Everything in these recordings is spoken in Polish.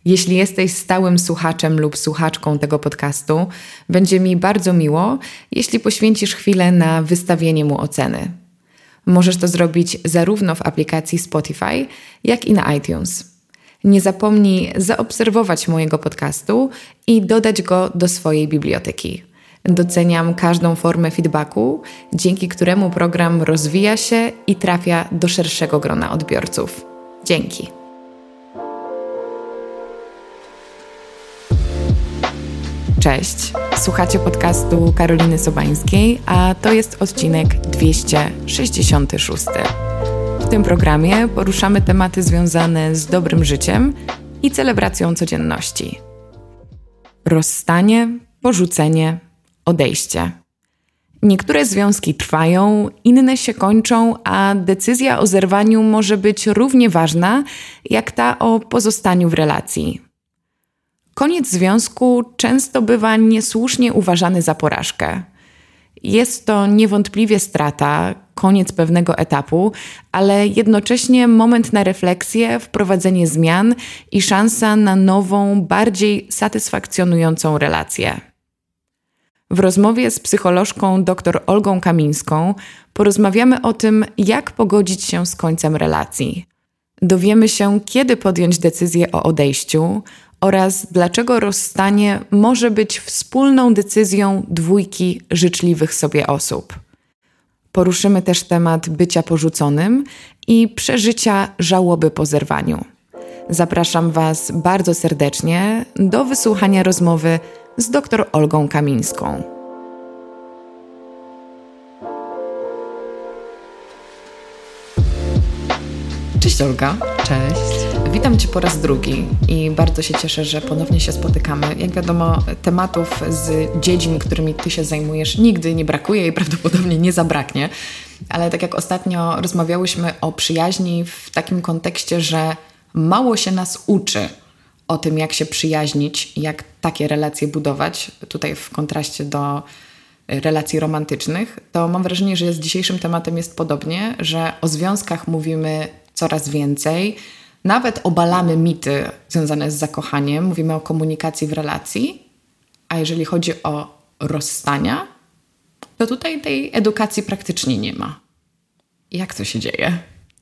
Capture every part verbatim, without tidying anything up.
Jeśli jesteś stałym słuchaczem lub słuchaczką tego podcastu, będzie mi bardzo miło, jeśli poświęcisz chwilę na wystawienie mu oceny. Możesz to zrobić zarówno w aplikacji Spotify, jak i na iTunes. Nie zapomnij zaobserwować mojego podcastu i dodać go do swojej biblioteki. Doceniam każdą formę feedbacku, dzięki któremu program rozwija się i trafia do szerszego grona odbiorców. Dzięki. Cześć, słuchacie podcastu Karoliny Sobańskiej, a to jest odcinek dwieście sześćdziesiąty szósty. W tym programie poruszamy tematy związane z dobrym życiem i celebracją codzienności. Rozstanie, porzucenie, odejście. Niektóre związki trwają, inne się kończą, a decyzja o zerwaniu może być równie ważna jak ta o pozostaniu w relacji. Koniec związku często bywa niesłusznie uważany za porażkę. Jest to niewątpliwie strata, koniec pewnego etapu, ale jednocześnie moment na refleksję, wprowadzenie zmian i szansa na nową, bardziej satysfakcjonującą relację. W rozmowie z psycholożką dr Olgą Kamińską porozmawiamy o tym, jak pogodzić się z końcem relacji. Dowiemy się, kiedy podjąć decyzję o odejściu oraz dlaczego rozstanie może być wspólną decyzją dwójki życzliwych sobie osób. Poruszymy też temat bycia porzuconym i przeżycia żałoby po zerwaniu. Zapraszam Was bardzo serdecznie do wysłuchania rozmowy z dr Olgą Kamińską. Cześć Olga. Cześć. Witam Cię po raz drugi i bardzo się cieszę, że ponownie się spotykamy. Jak wiadomo, tematów z dziedzin, którymi Ty się zajmujesz, nigdy nie brakuje i prawdopodobnie nie zabraknie. Ale tak jak ostatnio rozmawiałyśmy o przyjaźni w takim kontekście, że mało się nas uczy o tym, jak się przyjaźnić, jak takie relacje budować, tutaj w kontraście do relacji romantycznych, to mam wrażenie, że z dzisiejszym tematem jest podobnie, że o związkach mówimy coraz więcej, nawet obalamy mity związane z zakochaniem, mówimy o komunikacji w relacji, a jeżeli chodzi o rozstania, to tutaj tej edukacji praktycznie nie ma. Jak to się dzieje?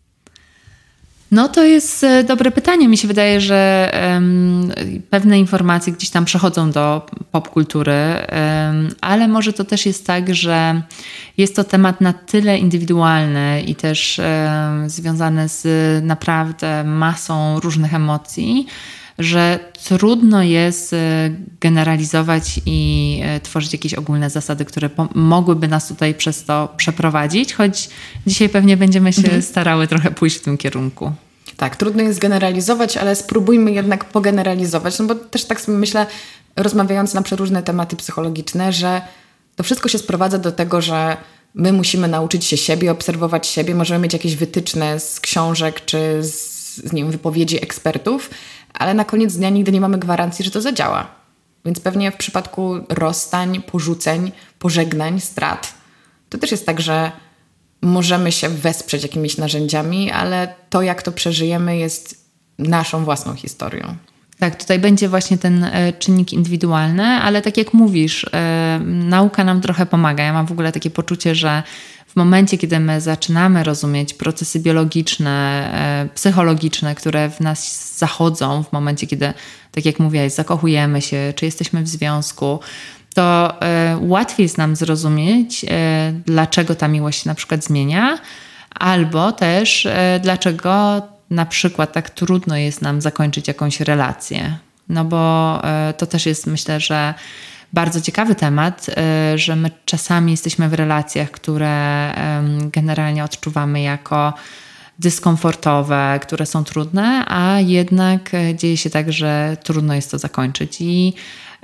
No to jest dobre pytanie. Mi się wydaje, że um, pewne informacje gdzieś tam przechodzą do popkultury, um, ale może to też jest tak, że jest to temat na tyle indywidualny i też um, związany z naprawdę masą różnych emocji, że trudno jest generalizować i tworzyć jakieś ogólne zasady, które po- mogłyby nas tutaj przez to przeprowadzić, choć dzisiaj pewnie będziemy się mhm. starały trochę pójść w tym kierunku. Tak, trudno jest generalizować, ale spróbujmy jednak pogeneralizować, no bo też tak sobie myślę, rozmawiając na przeróżne tematy psychologiczne, że to wszystko się sprowadza do tego, że my musimy nauczyć się siebie, obserwować siebie, możemy mieć jakieś wytyczne z książek czy z nie wiem, wypowiedzi ekspertów, ale na koniec dnia nigdy nie mamy gwarancji, że to zadziała. Więc pewnie w przypadku rozstań, porzuceń, pożegnań, strat, to też jest tak, że możemy się wesprzeć jakimiś narzędziami, ale to, jak to przeżyjemy, jest naszą własną historią. Tak, tutaj będzie właśnie ten e, czynnik indywidualny, ale tak jak mówisz, e, nauka nam trochę pomaga. Ja mam w ogóle takie poczucie, że w momencie, kiedy my zaczynamy rozumieć procesy biologiczne, e, psychologiczne, które w nas zachodzą, w momencie, kiedy, tak jak mówiłaś, zakochujemy się, czy jesteśmy w związku, to e, łatwiej jest nam zrozumieć, e, dlaczego ta miłość się na przykład zmienia, albo też e, dlaczego na przykład tak trudno jest nam zakończyć jakąś relację. No bo e, to też jest, myślę, że bardzo ciekawy temat, e, że my czasami jesteśmy w relacjach, które e, generalnie odczuwamy jako dyskomfortowe, które są trudne, a jednak e, dzieje się tak, że trudno jest to zakończyć. I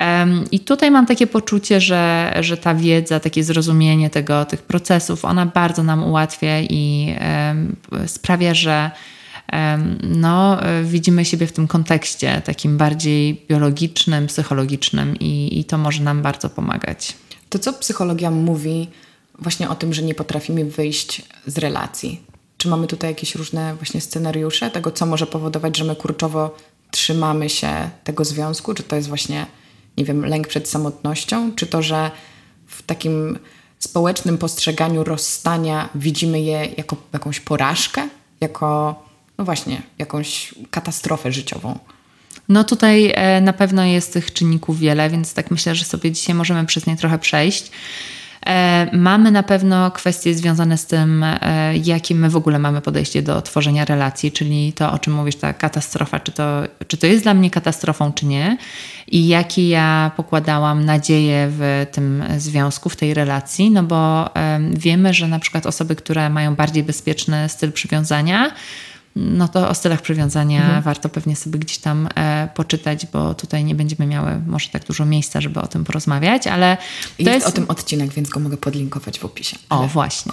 I tutaj mam takie poczucie, że, że ta wiedza, takie zrozumienie tego, tych procesów, ona bardzo nam ułatwia i um, sprawia, że um, no, widzimy siebie w tym kontekście takim bardziej biologicznym, psychologicznym i, i to może nam bardzo pomagać. To co psychologia mówi właśnie o tym, że nie potrafimy wyjść z relacji? Czy mamy tutaj jakieś różne właśnie scenariusze tego, co może powodować, że my kurczowo trzymamy się tego związku? Czy to jest właśnie, nie wiem, lęk przed samotnością? Czy to, że w takim społecznym postrzeganiu rozstania widzimy je jako jakąś porażkę? Jako, no właśnie, jakąś katastrofę życiową? No tutaj na pewno jest tych czynników wiele, więc tak myślę, że sobie dzisiaj możemy przez nie trochę przejść. Mamy na pewno kwestie związane z tym, jakie my w ogóle mamy podejście do tworzenia relacji, czyli to, o czym mówisz, ta katastrofa, czy to, czy to jest dla mnie katastrofą, czy nie, i jakie ja pokładałam nadzieję w tym związku, w tej relacji, no bo wiemy, że na przykład osoby, które mają bardziej bezpieczny styl przywiązania, no to o stylach przywiązania mhm. warto pewnie sobie gdzieś tam e, poczytać, bo tutaj nie będziemy miały może tak dużo miejsca, żeby o tym porozmawiać, ale to jest, jest o tym odcinek, więc go mogę podlinkować w opisie. O, właśnie.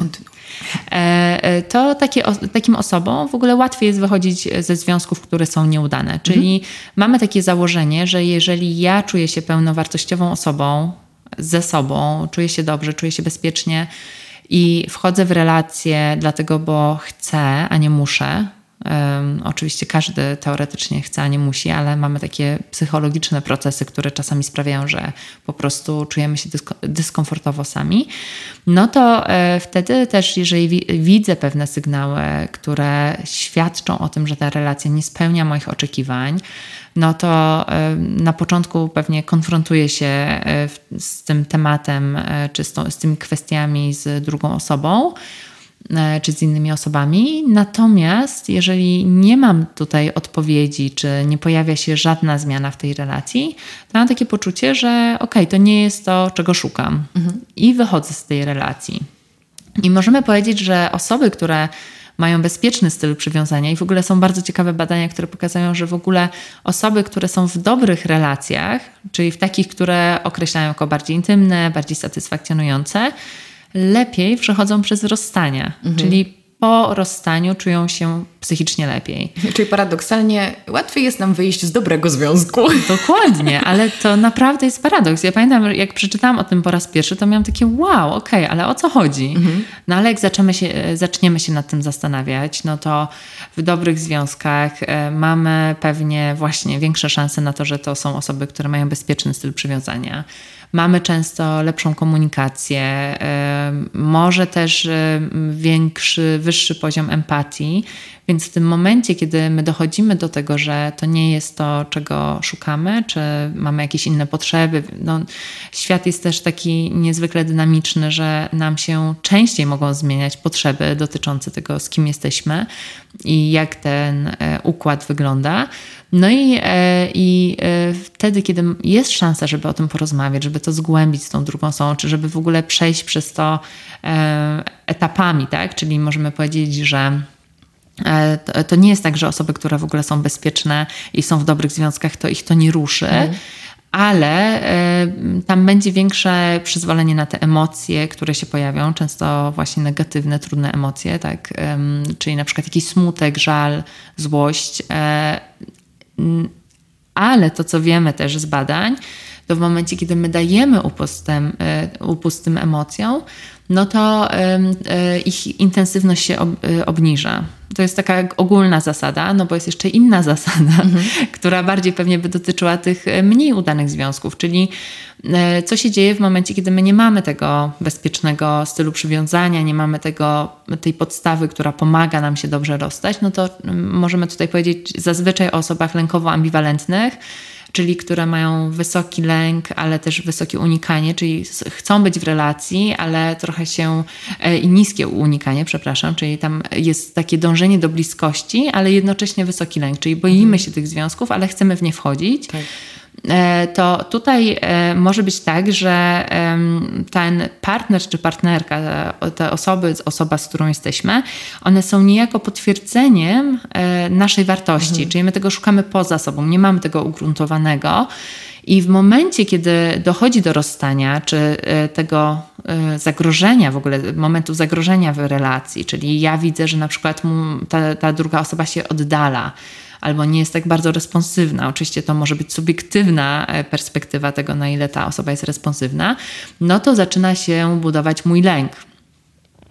E, to takie, o, takim osobom w ogóle łatwiej jest wychodzić ze związków, które są nieudane. Czyli mhm. mamy takie założenie, że jeżeli ja czuję się pełnowartościową osobą, ze sobą, czuję się dobrze, czuję się bezpiecznie i wchodzę w relację dlatego, bo chcę, a nie muszę. Um, oczywiście każdy teoretycznie chce, a nie musi, ale mamy takie psychologiczne procesy, które czasami sprawiają, że po prostu czujemy się dysko- dyskomfortowo sami. No to e, wtedy też, jeżeli wi- widzę pewne sygnały, które świadczą o tym, że ta relacja nie spełnia moich oczekiwań, no to e, na początku pewnie konfrontuję się e, w, z tym tematem, e, czy z, to, z tymi kwestiami z drugą osobą, czy z innymi osobami. Natomiast jeżeli nie mam tutaj odpowiedzi, czy nie pojawia się żadna zmiana w tej relacji, to mam takie poczucie, że okej, okay, to nie jest to, czego szukam. Mhm. I wychodzę z tej relacji. I możemy powiedzieć, że osoby, które mają bezpieczny styl przywiązania i w ogóle są bardzo ciekawe badania, które pokazują, że w ogóle osoby, które są w dobrych relacjach, czyli w takich, które określają jako bardziej intymne, bardziej satysfakcjonujące, lepiej przechodzą przez rozstania, mhm. czyli po rozstaniu czują się psychicznie lepiej. Czyli paradoksalnie łatwiej jest nam wyjść z dobrego związku. Dokładnie, ale to naprawdę jest paradoks. Ja pamiętam, jak przeczytałam o tym po raz pierwszy, to miałam takie wow, okej, okay, ale o co chodzi? Mhm. No ale jak zaczniemy się, zaczniemy się nad tym zastanawiać, no to w dobrych związkach mamy pewnie właśnie większe szanse na to, że to są osoby, które mają bezpieczny styl przywiązania. Mamy często lepszą komunikację, może też większy, wyższy poziom empatii, więc w tym momencie, kiedy my dochodzimy do tego, że to nie jest to, czego szukamy, czy mamy jakieś inne potrzeby, no, świat jest też taki niezwykle dynamiczny, że nam się częściej mogą zmieniać potrzeby dotyczące tego, z kim jesteśmy i jak ten układ wygląda. No i, i wtedy, kiedy jest szansa, żeby o tym porozmawiać, żeby to zgłębić z tą drugą osobą, czy żeby w ogóle przejść przez to etapami, tak? Czyli możemy powiedzieć, że to nie jest tak, że osoby, które w ogóle są bezpieczne i są w dobrych związkach, to ich to nie ruszy, mm. ale y, tam będzie większe przyzwolenie na te emocje, które się pojawią, często właśnie negatywne, trudne emocje, tak? Y, czyli na przykład jakiś smutek, żal, złość. Y, y, ale to, co wiemy też z badań, to w momencie, kiedy my dajemy upust tym, y, upust tym emocjom, no to y, y, ich intensywność się ob, y, obniża. To jest taka ogólna zasada, no bo jest jeszcze inna zasada, mhm. która bardziej pewnie by dotyczyła tych mniej udanych związków, czyli y, co się dzieje w momencie, kiedy my nie mamy tego bezpiecznego stylu przywiązania, nie mamy tego, tej podstawy, która pomaga nam się dobrze rozstać, no to y, możemy tutaj powiedzieć zazwyczaj o osobach lękowo-ambiwalentnych, czyli które mają wysoki lęk, ale też wysokie unikanie, czyli chcą być w relacji, ale trochę się i niskie unikanie, przepraszam, czyli tam jest takie dążenie do bliskości, ale jednocześnie wysoki lęk, czyli boimy mhm. się tych związków, ale chcemy w nie wchodzić. Tak. To tutaj może być tak, że ten partner czy partnerka, te osoby, osoba, z którą jesteśmy, one są niejako potwierdzeniem naszej wartości, mhm. czyli my tego szukamy poza sobą, nie mamy tego ugruntowanego. I w momencie, kiedy dochodzi do rozstania, czy tego zagrożenia, w ogóle momentu zagrożenia w relacji, czyli ja widzę, że na przykład ta, ta druga osoba się oddala, albo nie jest tak bardzo responsywna. Oczywiście to może być subiektywna perspektywa tego, na ile ta osoba jest responsywna, no to zaczyna się budować mój lęk.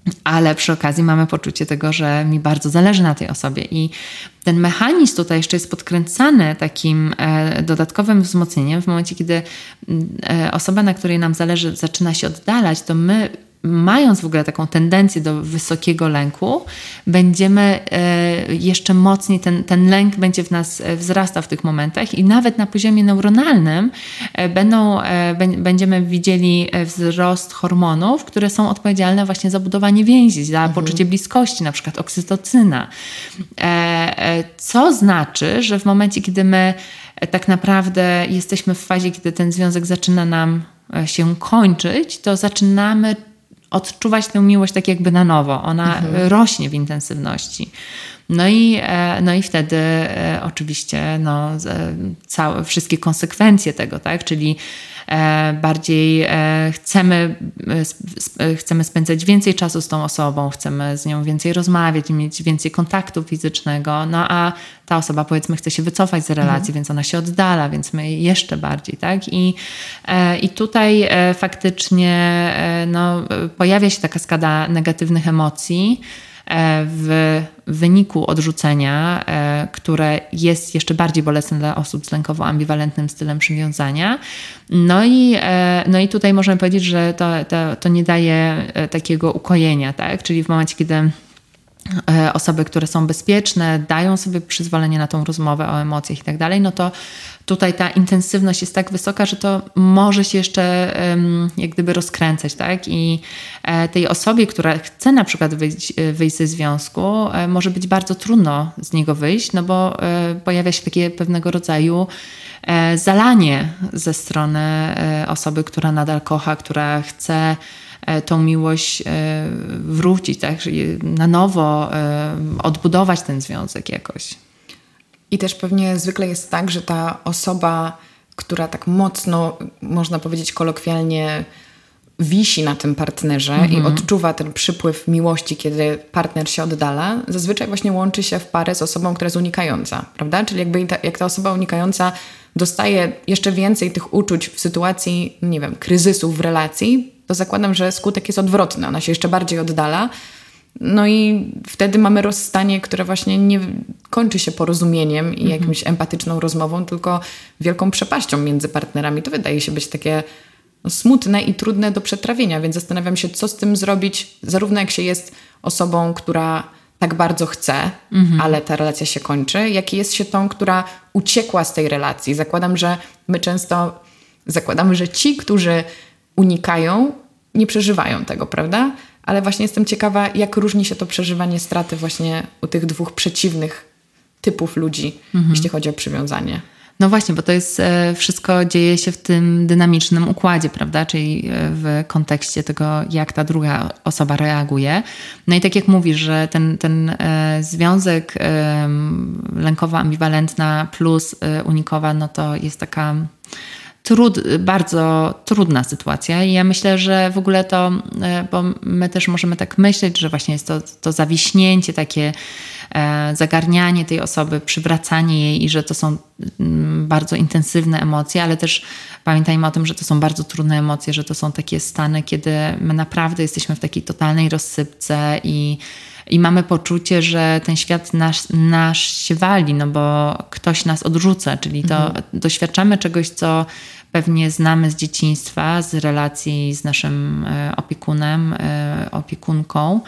ale przy okazji mamy poczucie tego, że mi bardzo zależy na tej osobie. I ten mechanizm tutaj jeszcze jest podkręcany takim e, dodatkowym wzmocnieniem. W momencie, kiedy e, osoba, na której nam zależy, zaczyna się oddalać, to my, mając w ogóle taką tendencję do wysokiego lęku, będziemy e, jeszcze mocniej, ten, ten lęk będzie w nas wzrastał w tych momentach i nawet na poziomie neuronalnym e, będą, e, b, będziemy widzieli wzrost hormonów, które są odpowiedzialne właśnie za budowanie więzi, za mhm. poczucie bliskości, na przykład oksytocyna. E, e, co znaczy, że w momencie, kiedy my e, tak naprawdę jesteśmy w fazie, kiedy ten związek zaczyna nam się kończyć, to zaczynamy odczuwać tę miłość tak jakby na nowo. Ona mhm. rośnie w intensywności. No i, no i wtedy e, oczywiście no, całe, wszystkie konsekwencje tego, tak? Czyli e, bardziej e, chcemy, e, chcemy spędzać więcej czasu z tą osobą, chcemy z nią więcej rozmawiać, mieć więcej kontaktu fizycznego, no a ta osoba powiedzmy chce się wycofać z relacji, mhm. więc ona się oddala, więc my jeszcze bardziej, tak? I, e, i tutaj e, faktycznie e, no, pojawia się taka skala negatywnych emocji, w wyniku odrzucenia, które jest jeszcze bardziej bolesne dla osób z lękowo-ambiwalentnym stylem przywiązania. No i, no i tutaj możemy powiedzieć, że to, to, to nie daje takiego ukojenia, tak? Czyli w momencie, kiedy osoby, które są bezpieczne, dają sobie przyzwolenie na tą rozmowę o emocjach i tak dalej, no to tutaj ta intensywność jest tak wysoka, że to może się jeszcze um, jak gdyby rozkręcać, tak? I e, tej osobie, która chce na przykład wyjść, wyjść ze związku, e, może być bardzo trudno z niego wyjść, no bo e, pojawia się takie pewnego rodzaju e, zalanie ze strony e, osoby, która nadal kocha, która chce tą miłość wrócić, tak? Na nowo odbudować ten związek jakoś. I też pewnie zwykle jest tak, że ta osoba, która tak mocno, można powiedzieć kolokwialnie, wisi na tym partnerze mhm. i odczuwa ten przypływ miłości, kiedy partner się oddala, zazwyczaj właśnie łączy się w parę z osobą, która jest unikająca, prawda? Czyli jakby ta, jak ta osoba unikająca dostaje jeszcze więcej tych uczuć w sytuacji, nie wiem, kryzysów w relacji, to zakładam, że skutek jest odwrotny. Ona się jeszcze bardziej oddala. No i wtedy mamy rozstanie, które właśnie nie kończy się porozumieniem i mhm. jakąś empatyczną rozmową, tylko wielką przepaścią między partnerami. To wydaje się być takie no, smutne i trudne do przetrawienia, więc zastanawiam się, co z tym zrobić, zarówno jak się jest osobą, która tak bardzo chce, mhm. ale ta relacja się kończy, jak i jest się tą, która uciekła z tej relacji. Zakładam, że my często zakładamy, że ci, którzy unikają, nie przeżywają tego, prawda? Ale właśnie jestem ciekawa, jak różni się to przeżywanie straty właśnie u tych dwóch przeciwnych typów ludzi, mhm. jeśli chodzi o przywiązanie. No właśnie, bo to jest wszystko dzieje się w tym dynamicznym układzie, prawda? Czyli w kontekście tego, jak ta druga osoba reaguje. No i tak jak mówisz, że ten, ten związek lękowo-ambiwalentna plus unikowa, no to jest taka Trud, bardzo trudna sytuacja i ja myślę, że w ogóle to, bo my też możemy tak myśleć, że właśnie jest to, to zawiśnięcie, takie zagarnianie tej osoby, przywracanie jej i że to są bardzo intensywne emocje, ale też pamiętajmy o tym, że to są bardzo trudne emocje, że to są takie stany, kiedy my naprawdę jesteśmy w takiej totalnej rozsypce i I mamy poczucie, że ten świat nasz, nasz się wali, no bo ktoś nas odrzuca, czyli to mhm. doświadczamy czegoś, co pewnie znamy z dzieciństwa, z relacji z naszym opiekunem, opiekunką.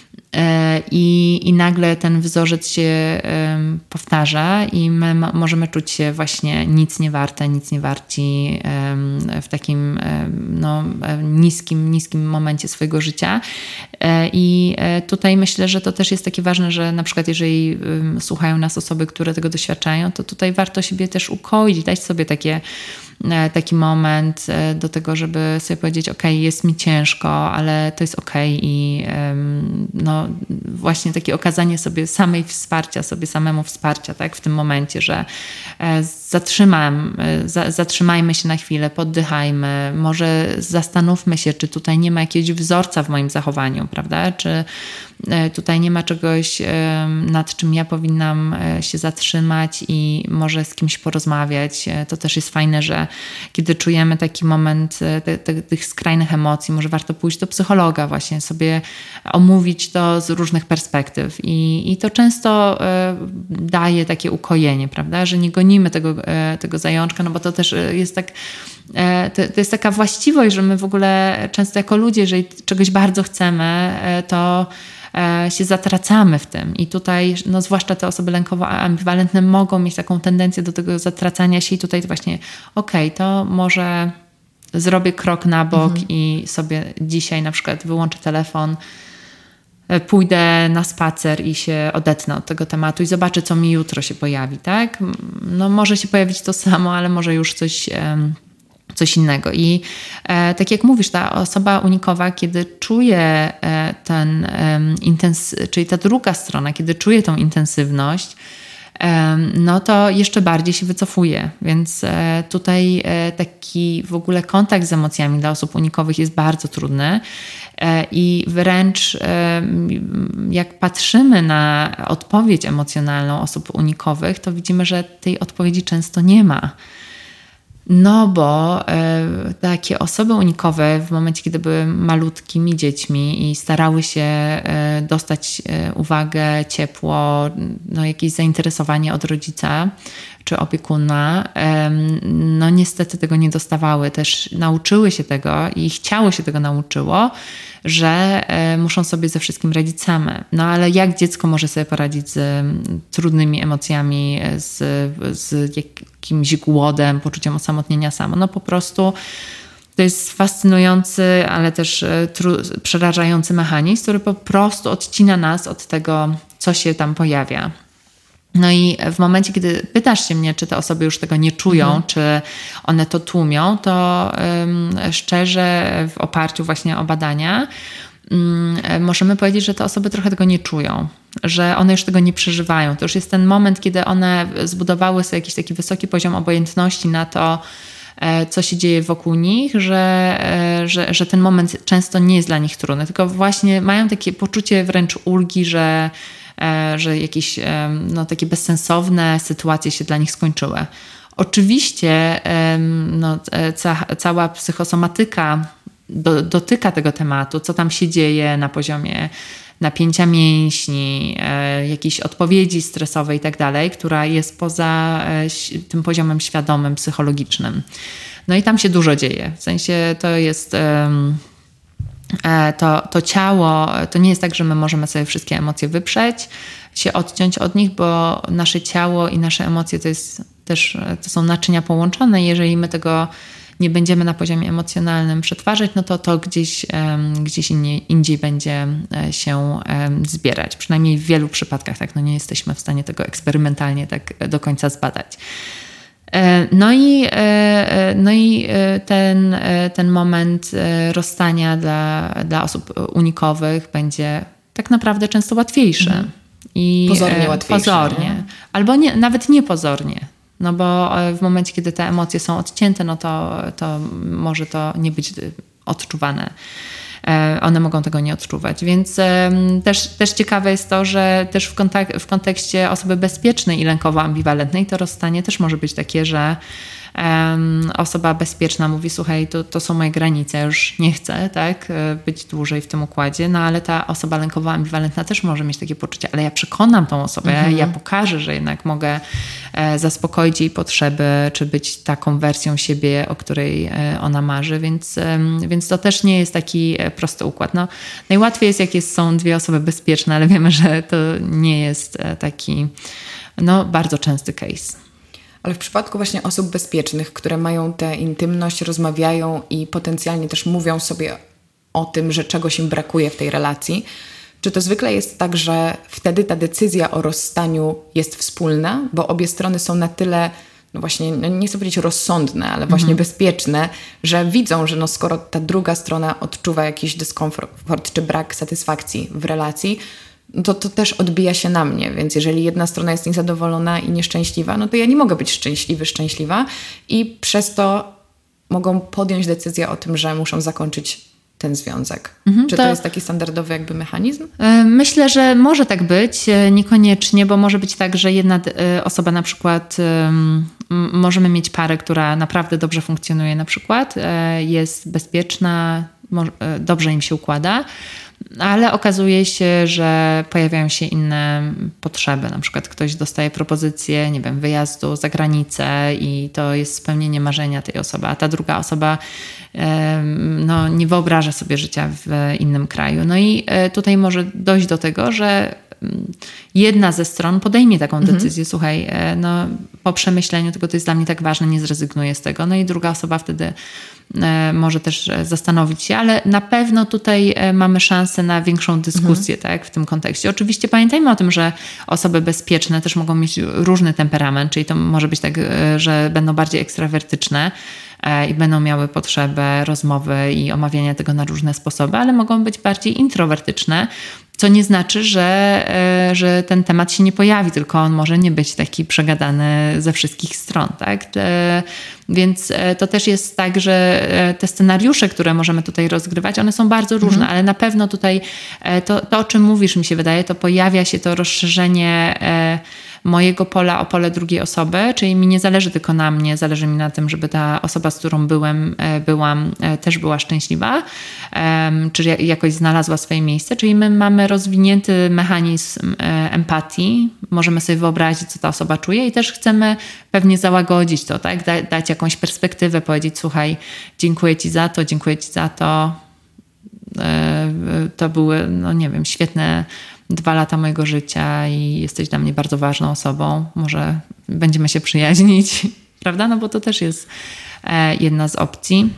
I, I nagle ten wzorzec się um, powtarza i my m- możemy czuć się właśnie nic nie warte, nic nie warci um, w takim um, no, niskim, niskim momencie swojego życia. E, I e, tutaj myślę, że to też jest takie ważne, że na przykład jeżeli um, słuchają nas osoby, które tego doświadczają, to tutaj warto siebie też ukoić, dać sobie takie taki moment do tego, żeby sobie powiedzieć, ok, jest mi ciężko, ale to jest ok i no właśnie takie okazanie sobie samej wsparcia, sobie samemu wsparcia, tak, w tym momencie, że zatrzymam, zatrzymajmy się na chwilę, poddychajmy, może zastanówmy się, czy tutaj nie ma jakiegoś wzorca w moim zachowaniu, prawda, czy Tutaj nie ma czegoś, nad czym ja powinnam się zatrzymać i może z kimś porozmawiać. To też jest fajne, że kiedy czujemy taki moment te, te, tych skrajnych emocji, może warto pójść do psychologa właśnie, sobie omówić to z różnych perspektyw. I, i to często daje takie ukojenie, prawda, że nie gonimy tego, tego zajączka, no bo to też jest tak, to, to jest taka właściwość, że my w ogóle często jako ludzie, jeżeli czegoś bardzo chcemy, to się zatracamy w tym. I tutaj, no zwłaszcza te osoby lękowo-ambiwalentne mogą mieć taką tendencję do tego zatracania się i tutaj właśnie okej, okay, to może zrobię krok na bok mhm. i sobie dzisiaj na przykład wyłączę telefon, pójdę na spacer i się odetnę od tego tematu i zobaczę, co mi jutro się pojawi, tak? No może się pojawić to samo, ale może już coś... coś innego. I e, tak jak mówisz, ta osoba unikowa, kiedy czuje e, ten e, intens- czyli ta druga strona, kiedy czuje tą intensywność, e, no to jeszcze bardziej się wycofuje. Więc e, tutaj e, taki w ogóle kontakt z emocjami dla osób unikowych jest bardzo trudny. E, I wręcz e, jak patrzymy na odpowiedź emocjonalną osób unikowych, to widzimy, że tej odpowiedzi często nie ma. No bo e, takie osoby unikowe w momencie, kiedy były malutkimi dziećmi i starały się e, dostać e, uwagę, ciepło, no jakieś zainteresowanie od rodzica czy opiekuna, e, no niestety tego nie dostawały. Też nauczyły się tego i ich ciało się tego nauczyło, że e, muszą sobie ze wszystkim radzić same. No ale jak dziecko może sobie poradzić z trudnymi emocjami, z, z jakimś głodem, poczuciem osamotnienia samo? No po prostu to jest fascynujący, ale też tru- przerażający mechanizm, który po prostu odcina nas od tego, co się tam pojawia. No i w momencie, kiedy pytasz się mnie, czy te osoby już tego nie czują, mhm. czy one to tłumią, to um, szczerze w oparciu właśnie o badania um, możemy powiedzieć, że te osoby trochę tego nie czują, że one już tego nie przeżywają. To już jest ten moment, kiedy one zbudowały sobie jakiś taki wysoki poziom obojętności na to, co się dzieje wokół nich, że, że, że ten moment często nie jest dla nich trudny, tylko właśnie mają takie poczucie wręcz ulgi, że że jakieś no, takie bezsensowne sytuacje się dla nich skończyły. Oczywiście no, ca, cała psychosomatyka do, dotyka tego tematu, co tam się dzieje na poziomie napięcia mięśni, jakiejś odpowiedzi stresowej i tak dalej, która jest poza tym poziomem świadomym, psychologicznym. No i tam się dużo dzieje. W sensie to jest... To, to ciało, to nie jest tak, że my możemy sobie wszystkie emocje wyprzeć, się odciąć od nich, bo nasze ciało i nasze emocje to jest też, to są naczynia połączone. Jeżeli my tego nie będziemy na poziomie emocjonalnym przetwarzać, no to to gdzieś, gdzieś indziej, indziej będzie się zbierać. Przynajmniej w wielu przypadkach, tak, no nie jesteśmy w stanie tego eksperymentalnie tak do końca zbadać. No i, no i ten, ten moment rozstania dla, dla osób unikowych będzie tak naprawdę często łatwiejszy. Mhm. I pozornie łatwiejszy. Pozornie. Nie? Albo nie, nawet niepozornie. No bo w momencie, kiedy te emocje są odcięte, no to, to może to nie być odczuwane. One mogą tego nie odczuwać. Więc też, też ciekawe jest to, że też w, kontak- w kontekście osoby bezpiecznej i lękowo-ambiwalentnej to rozstanie też może być takie, że um, osoba bezpieczna mówi, słuchaj, to, to są moje granice, już nie chcę tak, być dłużej w tym układzie, no ale ta osoba lękowo-ambiwalentna też może mieć takie poczucie, ale ja przekonam tą osobę, mhm. ja pokażę, że jednak mogę e, zaspokoić jej potrzeby, czy być taką wersją siebie, o której e, ona marzy, więc, e, więc to też nie jest taki prosty układ. No, najłatwiej jest, jak jest, są dwie osoby bezpieczne, ale wiemy, że to nie jest taki no, bardzo częsty case. Ale w przypadku właśnie osób bezpiecznych, które mają tę intymność, rozmawiają i potencjalnie też mówią sobie o tym, że czegoś im brakuje w tej relacji, czy to zwykle jest tak, że wtedy ta decyzja o rozstaniu jest wspólna, bo obie strony są na tyle, no właśnie, no nie chcę powiedzieć rozsądne, ale właśnie mhm. bezpieczne, że widzą, że no skoro ta druga strona odczuwa jakiś dyskomfort czy brak satysfakcji w relacji, to to też odbija się na mnie, więc jeżeli jedna strona jest niezadowolona i nieszczęśliwa, no to ja nie mogę być szczęśliwy, szczęśliwa i przez to mogą podjąć decyzję o tym, że muszą zakończyć ten związek. Mhm, Czy to... to jest taki standardowy jakby mechanizm? Myślę, że może tak być, niekoniecznie, bo może być tak, że jedna osoba na przykład, możemy mieć parę, która naprawdę dobrze funkcjonuje na przykład, jest bezpieczna, dobrze im się układa, ale okazuje się, że pojawiają się inne potrzeby. Na przykład ktoś dostaje propozycję, nie wiem, wyjazdu za granicę i to jest spełnienie marzenia tej osoby, a ta druga osoba no, nie wyobraża sobie życia w innym kraju. No i tutaj może dojść do tego, że jedna ze stron podejmie taką decyzję, mhm. słuchaj, no po przemyśleniu, tylko to jest dla mnie tak ważne, nie zrezygnuję z tego. No i druga osoba wtedy może też zastanowić się, ale na pewno tutaj mamy szansę na większą dyskusję mhm. tak, w tym kontekście. Oczywiście pamiętajmy o tym, że osoby bezpieczne też mogą mieć różny temperament, czyli to może być tak, że będą bardziej ekstrawertyczne i będą miały potrzebę rozmowy i omawiania tego na różne sposoby, ale mogą być bardziej introwertyczne, co nie znaczy, że, że ten temat się nie pojawi, tylko on może nie być taki przegadany ze wszystkich stron. Tak? Więc to też jest tak, że te scenariusze, które możemy tutaj rozgrywać, one są bardzo różne, mhm. ale na pewno tutaj to, to, o czym mówisz, mi się wydaje, to pojawia się to rozszerzenie mojego pola o pole drugiej osoby, czyli mi nie zależy tylko na mnie, zależy mi na tym, żeby ta osoba, z którą byłem, byłam, też była szczęśliwa, czy jakoś znalazła swoje miejsce, czyli my mamy rozwinięty mechanizm empatii, możemy sobie wyobrazić, co ta osoba czuje i też chcemy pewnie załagodzić to, tak? Da, dać jakąś perspektywę, powiedzieć, słuchaj, dziękuję ci za to, dziękuję ci za to, to były, no nie wiem, świetne dwa lata mojego życia i jesteś dla mnie bardzo ważną osobą. Może będziemy się przyjaźnić, prawda? No bo to też jest jedna z opcji.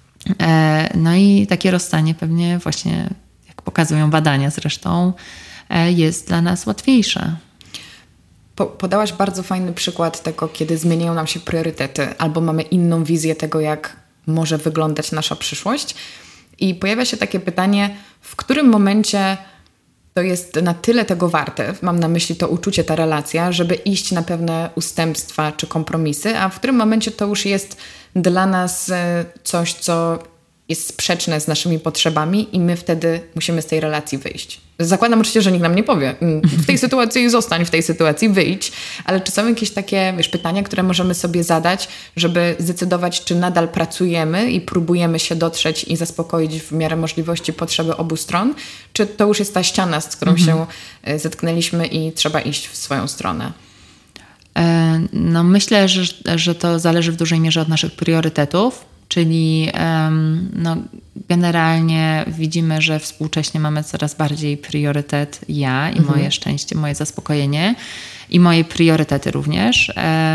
No i takie rozstanie pewnie właśnie, jak pokazują badania zresztą, jest dla nas łatwiejsze. Podałaś bardzo fajny przykład tego, kiedy zmieniają nam się priorytety albo mamy inną wizję tego, jak może wyglądać nasza przyszłość. I pojawia się takie pytanie, w którym momencie to jest na tyle tego warte, mam na myśli to uczucie, ta relacja, żeby iść na pewne ustępstwa czy kompromisy, a w którym momencie to już jest dla nas coś, co jest sprzeczne z naszymi potrzebami i my wtedy musimy z tej relacji wyjść. Zakładam oczywiście, że nikt nam nie powie, w tej sytuacji zostań, w tej sytuacji wyjdź, ale czy są jakieś takie, wiesz, pytania, które możemy sobie zadać, żeby zdecydować, czy nadal pracujemy i próbujemy się dotrzeć i zaspokoić w miarę możliwości potrzeby obu stron, czy to już jest ta ściana, z którą mhm. się zetknęliśmy i trzeba iść w swoją stronę? No myślę, że, że to zależy w dużej mierze od naszych priorytetów. Czyli no, generalnie widzimy, że współcześnie mamy coraz bardziej priorytet ja i mhm. moje szczęście, moje zaspokojenie i moje priorytety również.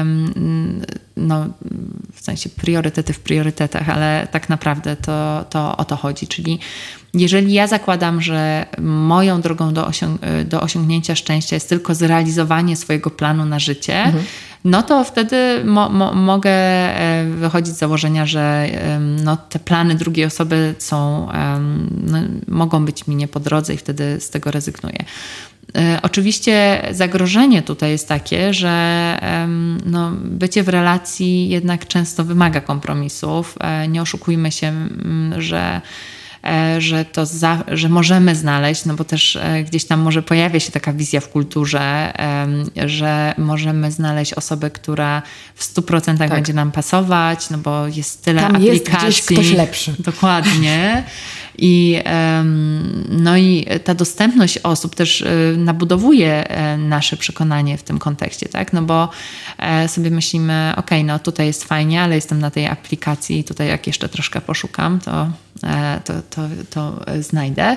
No, w sensie priorytety w priorytetach, ale tak naprawdę to, to o to chodzi. Czyli jeżeli ja zakładam, że moją drogą do, osiąg- do osiągnięcia szczęścia jest tylko zrealizowanie swojego planu na życie, mhm. no to wtedy mo- mo- mogę wychodzić z założenia, że no, te plany drugiej osoby są, no, mogą być mi nie po drodze i wtedy z tego rezygnuję. Oczywiście zagrożenie tutaj jest takie, że no, bycie w relacji jednak często wymaga kompromisów. Nie oszukujmy się, że że to za, że możemy znaleźć, no bo też gdzieś tam może pojawia się taka wizja w kulturze, że możemy znaleźć osobę, która w stu procentach tak. będzie nam pasować, no bo jest tyle tam aplikacji. Jest gdzieś ktoś lepszy. Dokładnie. I, no i ta dostępność osób też nabudowuje nasze przekonanie w tym kontekście, tak? No bo sobie myślimy, okej, okay, no tutaj jest fajnie, ale jestem na tej aplikacji i tutaj jak jeszcze troszkę poszukam, to, to, to, to znajdę.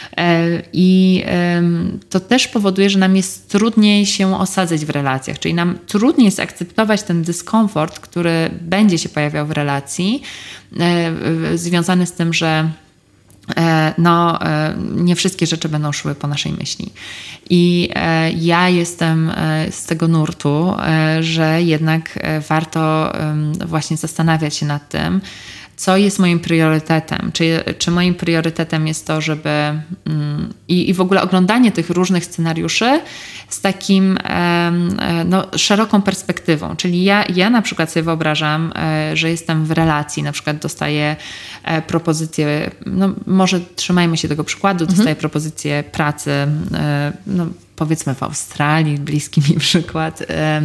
I to też powoduje, że nam jest trudniej się osadzać w relacjach, czyli nam trudniej jest akceptować ten dyskomfort, który będzie się pojawiał w relacji, związany z tym, że no, nie wszystkie rzeczy będą szły po naszej myśli. I ja jestem z tego nurtu, że jednak warto właśnie zastanawiać się nad tym, co jest moim priorytetem. Czy, czy moim priorytetem jest to, żeby mm, i, i w ogóle oglądanie tych różnych scenariuszy z takim e, no, szeroką perspektywą. Czyli ja, ja na przykład sobie wyobrażam, e, że jestem w relacji, na przykład dostaję e, propozycję, no może trzymajmy się tego przykładu, mhm. dostaję propozycję pracy, e, no powiedzmy w Australii, bliski mi przykład.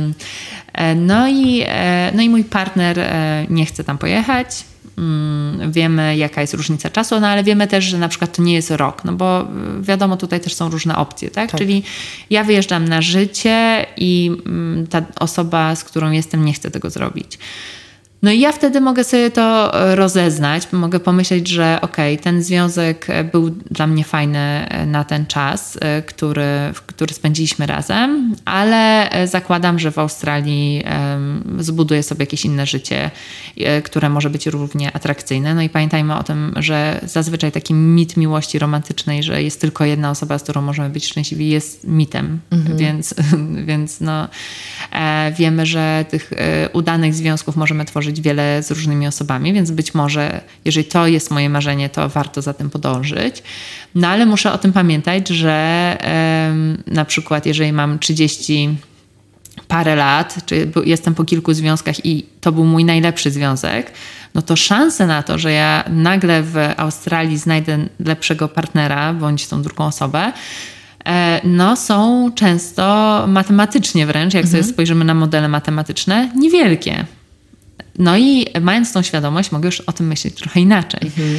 No i, no i mój partner nie chce tam pojechać. Wiemy, jaka jest różnica czasu, no ale wiemy też, że na przykład to nie jest rok, no bo wiadomo, tutaj też są różne opcje, tak? tak? Czyli ja wyjeżdżam na życie i ta osoba, z którą jestem, nie chce tego zrobić. No i ja wtedy mogę sobie to rozeznać, mogę pomyśleć, że okej, okay, ten związek był dla mnie fajny na ten czas, który, który spędziliśmy razem, ale zakładam, że w Australii um, zbuduję sobie jakieś inne życie, które może być równie atrakcyjne. No i pamiętajmy o tym, że zazwyczaj taki mit miłości romantycznej, że jest tylko jedna osoba, z którą możemy być szczęśliwi, jest mitem, mhm. więc, więc no, e, wiemy, że tych e, udanych związków możemy tworzyć wiele z różnymi osobami, więc być może, jeżeli to jest moje marzenie, to warto za tym podążyć. No ale muszę o tym pamiętać, że e, na przykład jeżeli mam trzydzieści parę lat, czy jestem po kilku związkach i to był mój najlepszy związek, no to szanse na to, że ja nagle w Australii znajdę lepszego partnera, bądź tą drugą osobę, no są często matematycznie wręcz, jak mhm. sobie spojrzymy na modele matematyczne, niewielkie. No i mając tą świadomość, mogę już o tym myśleć trochę inaczej. Mhm.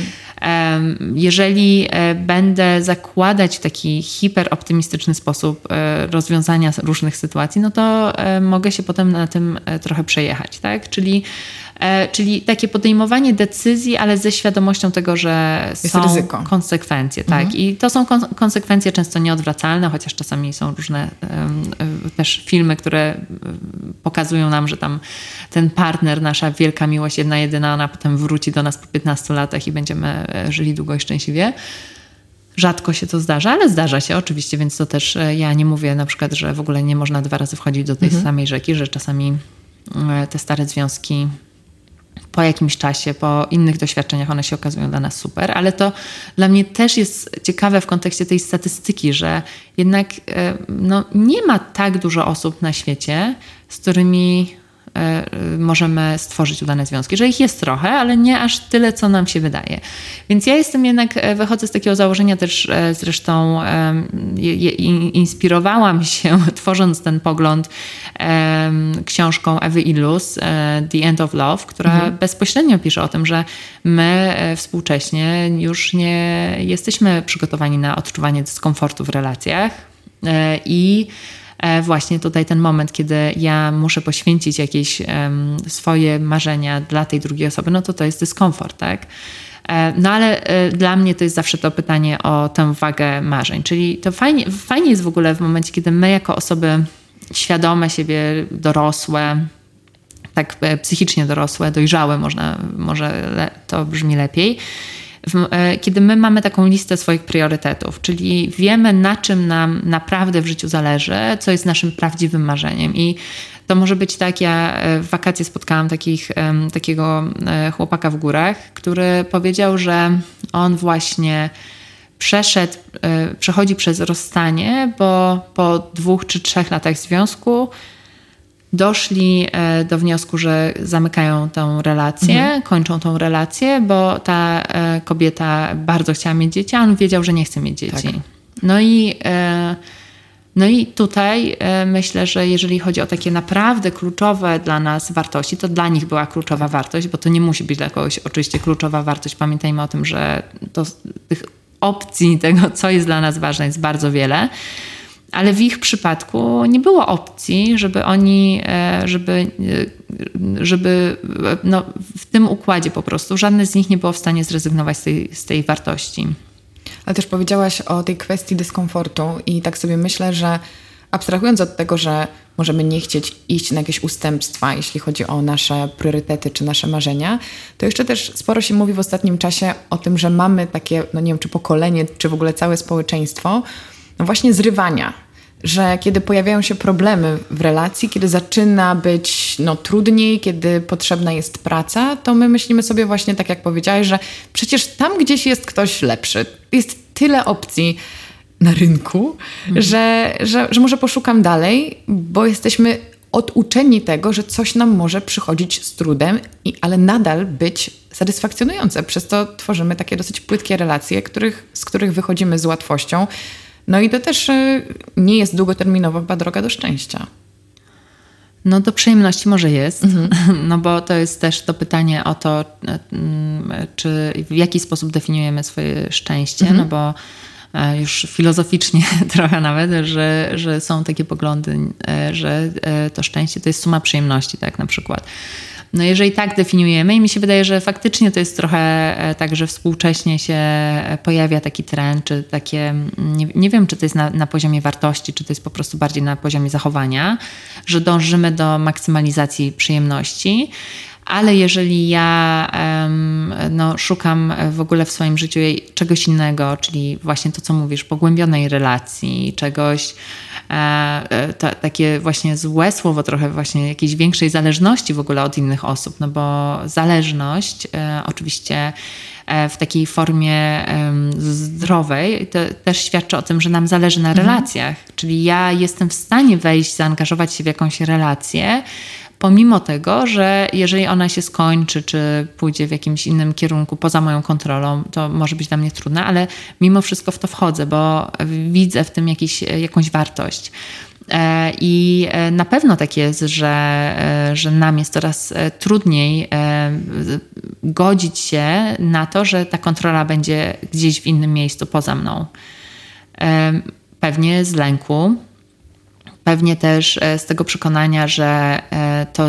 Jeżeli będę zakładać w taki hiperoptymistyczny sposób rozwiązania różnych sytuacji, no to mogę się potem na tym trochę przejechać, tak? Czyli, czyli takie podejmowanie decyzji, ale ze świadomością tego, że jest są ryzyko. Konsekwencje. Tak? Mhm. I to są kon- konsekwencje często nieodwracalne, chociaż czasami są różne um, też filmy, które pokazują nam, że tam ten partner, nasza wielka miłość, jedna jedyna, ona potem wróci do nas po piętnastu latach i będziemy żyli długo i szczęśliwie. Rzadko się to zdarza, ale zdarza się oczywiście, więc to też ja nie mówię na przykład, że w ogóle nie można dwa razy wchodzić do tej mhm. samej rzeki, że czasami te stare związki po jakimś czasie, po innych doświadczeniach one się okazują dla nas super, ale to dla mnie też jest ciekawe w kontekście tej statystyki, że jednak no, nie ma tak dużo osób na świecie, z którymi możemy stworzyć udane związki, że ich jest trochę, ale nie aż tyle, co nam się wydaje. Więc ja jestem jednak, wychodzę z takiego założenia też zresztą inspirowałam się, tworząc ten pogląd książką Ewy Illus, The End of Love, która mhm. bezpośrednio pisze o tym, że my współcześnie już nie jesteśmy przygotowani na odczuwanie dyskomfortu w relacjach i właśnie tutaj ten moment, kiedy ja muszę poświęcić jakieś um, swoje marzenia dla tej drugiej osoby, no to to jest dyskomfort, tak? No ale dla mnie to jest zawsze to pytanie o tę wagę marzeń, czyli to fajnie, fajnie jest w ogóle w momencie, kiedy my jako osoby świadome siebie, dorosłe, tak psychicznie dorosłe, dojrzałe, można, może le, to brzmi lepiej, kiedy my mamy taką listę swoich priorytetów, czyli wiemy, na czym nam naprawdę w życiu zależy, co jest naszym prawdziwym marzeniem. I to może być tak, ja w wakacje spotkałam takich, takiego chłopaka w górach, który powiedział, że on właśnie przeszedł, przechodzi przez rozstanie, bo po dwóch czy trzech latach związku doszli do wniosku, że zamykają tą relację, mhm. kończą tą relację, bo ta kobieta bardzo chciała mieć dzieci, a on wiedział, że nie chce mieć dzieci. Tak. No i, no i tutaj myślę, że jeżeli chodzi o takie naprawdę kluczowe dla nas wartości, to dla nich była kluczowa wartość, bo to nie musi być dla kogoś oczywiście kluczowa wartość. Pamiętajmy o tym, że to, tych opcji tego, co jest dla nas ważne, jest bardzo wiele. Ale w ich przypadku nie było opcji, żeby oni, żeby, żeby no, w tym układzie po prostu żadne z nich nie było w stanie zrezygnować z tej, z tej wartości. Ale też powiedziałaś o tej kwestii dyskomfortu i tak sobie myślę, że abstrahując od tego, że możemy nie chcieć iść na jakieś ustępstwa, jeśli chodzi o nasze priorytety czy nasze marzenia, to jeszcze też sporo się mówi w ostatnim czasie o tym, że mamy takie, no nie wiem, czy pokolenie, czy w ogóle całe społeczeństwo, no właśnie zrywania że kiedy pojawiają się problemy w relacji, kiedy zaczyna być no, trudniej, kiedy potrzebna jest praca, to my myślimy sobie właśnie tak, jak powiedziałaś, że przecież tam gdzieś jest ktoś lepszy. Jest tyle opcji na rynku, mhm. że, że, że może poszukam dalej, bo jesteśmy oduczeni tego, że coś nam może przychodzić z trudem, i, ale nadal być satysfakcjonujące. Przez to tworzymy takie dosyć płytkie relacje, których, z których wychodzimy z łatwością. No i to też nie jest długoterminowa chyba droga do szczęścia. No do przyjemności może jest, mhm. no bo to jest też to pytanie o to, czy w jaki sposób definiujemy swoje szczęście, mhm. no bo już filozoficznie trochę nawet, że, że są takie poglądy, że to szczęście to jest suma przyjemności, tak na przykład. No jeżeli tak definiujemy i mi się wydaje, że faktycznie to jest trochę tak, że współcześnie się pojawia taki trend, czy takie, nie, nie wiem, czy to jest na, na poziomie wartości, czy to jest po prostu bardziej na poziomie zachowania, że dążymy do maksymalizacji przyjemności. Ale jeżeli ja um, no, szukam w ogóle w swoim życiu czegoś innego, czyli właśnie to, co mówisz, pogłębionej relacji, czegoś, e, to, takie właśnie złe słowo trochę właśnie jakiejś większej zależności w ogóle od innych osób, no bo zależność e, oczywiście e, w takiej formie e, zdrowej to też świadczy o tym, że nam zależy na mhm. relacjach, czyli ja jestem w stanie wejść, zaangażować się w jakąś relację, pomimo tego, że jeżeli ona się skończy, czy pójdzie w jakimś innym kierunku poza moją kontrolą, to może być dla mnie trudne, ale mimo wszystko w to wchodzę, bo widzę w tym jakiś, jakąś wartość. I na pewno tak jest, że, że nam jest coraz trudniej godzić się na to, że ta kontrola będzie gdzieś w innym miejscu poza mną. Pewnie z lęku, pewnie też z tego przekonania, że to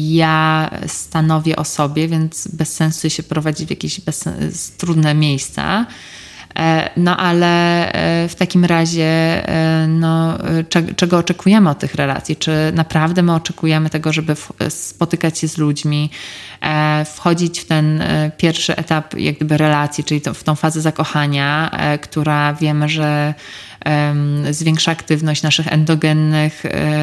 ja stanowię o sobie, więc bez sensu się prowadzić w jakieś bez, trudne miejsca. No ale w takim razie no, czego oczekujemy od tych relacji? Czy naprawdę my oczekujemy tego, żeby spotykać się z ludźmi, wchodzić w ten pierwszy etap jak gdyby relacji, czyli to, w tą fazę zakochania, która wiemy, że zwiększa aktywność naszych endogennych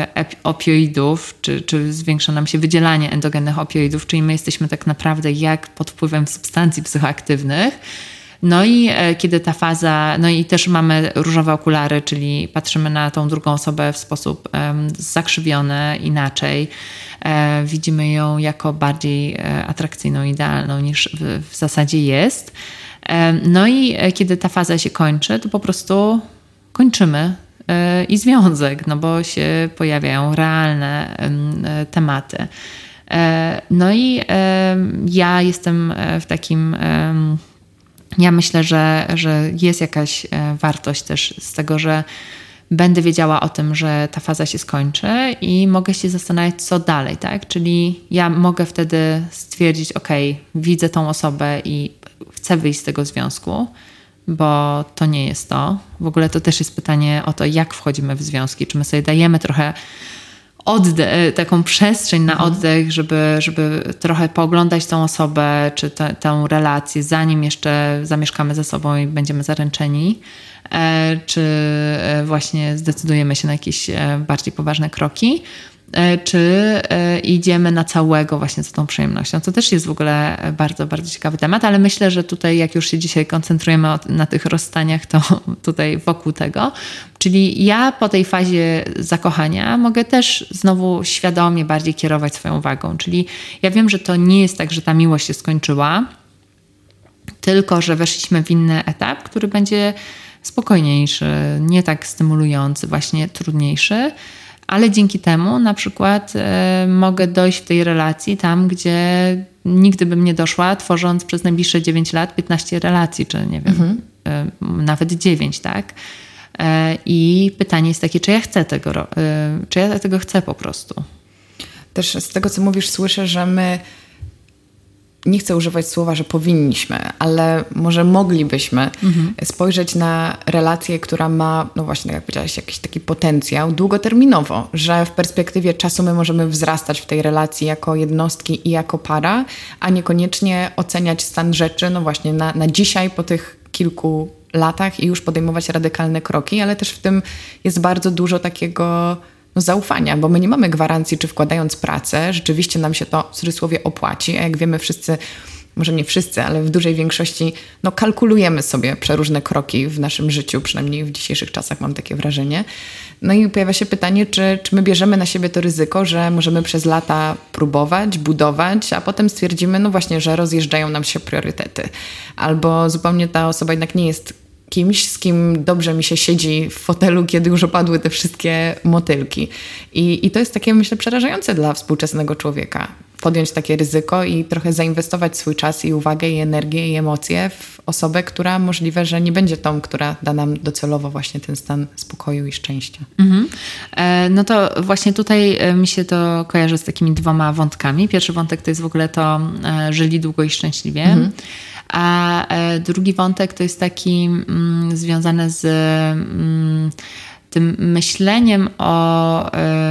opioidów, czy, czy zwiększa nam się wydzielanie endogennych opioidów, czyli my jesteśmy tak naprawdę jak pod wpływem substancji psychoaktywnych. No i kiedy ta faza, no i też mamy różowe okulary, czyli patrzymy na tą drugą osobę w sposób um, zakrzywiony, inaczej. E, widzimy ją jako bardziej atrakcyjną, idealną niż w, w zasadzie jest. E, no i kiedy ta faza się kończy, to po prostu kończymy e, i związek, no bo się pojawiają realne e, tematy. E, no i e, ja jestem w takim... E, Ja myślę, że, że jest jakaś wartość też z tego, że będę wiedziała o tym, że ta faza się skończy i mogę się zastanawiać, co dalej, tak? Czyli ja mogę wtedy stwierdzić, ok, widzę tą osobę i chcę wyjść z tego związku, bo to nie jest to. W ogóle to też jest pytanie o to, jak wchodzimy w związki. Czy my sobie dajemy trochę oddech, taką przestrzeń na oddech, żeby, żeby trochę pooglądać tą osobę, czy te, tę relację, zanim jeszcze zamieszkamy ze sobą i będziemy zaręczeni, e, czy właśnie zdecydujemy się na jakieś bardziej poważne kroki, e, czy e, idziemy na całego właśnie za tą przyjemnością. To też jest w ogóle bardzo, bardzo ciekawy temat, ale myślę, że tutaj jak już się dzisiaj koncentrujemy na tych rozstaniach, to tutaj wokół tego. Czyli ja po tej fazie zakochania mogę też znowu świadomie bardziej kierować swoją uwagą. Czyli ja wiem, że to nie jest tak, że ta miłość się skończyła, tylko że weszliśmy w inny etap, który będzie spokojniejszy, nie tak stymulujący, właśnie trudniejszy, ale dzięki temu na przykład y, mogę dojść w tej relacji tam, gdzie nigdy bym nie doszła, tworząc przez najbliższe dziewięć lat piętnaście relacji, czy nie wiem, mhm. y, nawet dziewięć, tak? I pytanie jest takie, czy ja chcę tego, czy ja tego chcę po prostu. Też z tego, co mówisz, słyszę, że my, nie chcę używać słowa, że powinniśmy, ale może moglibyśmy mhm. spojrzeć na relację, która ma, no właśnie, tak jak powiedziałaś, jakiś taki potencjał długoterminowo, że w perspektywie czasu my możemy wzrastać w tej relacji jako jednostki i jako para, a niekoniecznie oceniać stan rzeczy, no właśnie na, na dzisiaj po tych kilku latach i już podejmować radykalne kroki, ale też w tym jest bardzo dużo takiego no, zaufania, bo my nie mamy gwarancji, czy wkładając pracę, rzeczywiście nam się to w cudzysłowie opłaci, a jak wiemy wszyscy, może nie wszyscy, ale w dużej większości no, kalkulujemy sobie przeróżne kroki w naszym życiu, przynajmniej w dzisiejszych czasach mam takie wrażenie. No i pojawia się pytanie, czy, czy my bierzemy na siebie to ryzyko, że możemy przez lata próbować, budować, a potem stwierdzimy, no właśnie, że rozjeżdżają nam się priorytety. Albo zupełnie ta osoba jednak nie jest kimś, z kim dobrze mi się siedzi w fotelu, kiedy już opadły te wszystkie motylki. I, i to jest takie, myślę, przerażające dla współczesnego człowieka. Podjąć takie ryzyko i trochę zainwestować swój czas i uwagę, i energię, i emocje w osobę, która możliwe, że nie będzie tą, która da nam docelowo właśnie ten stan spokoju i szczęścia. Mhm. E, no to właśnie tutaj mi się to kojarzy z takimi dwoma wątkami. Pierwszy wątek to jest w ogóle to e, żyli długo i szczęśliwie. Mhm. A e, drugi wątek to jest taki mm, związany z mm, tym myśleniem o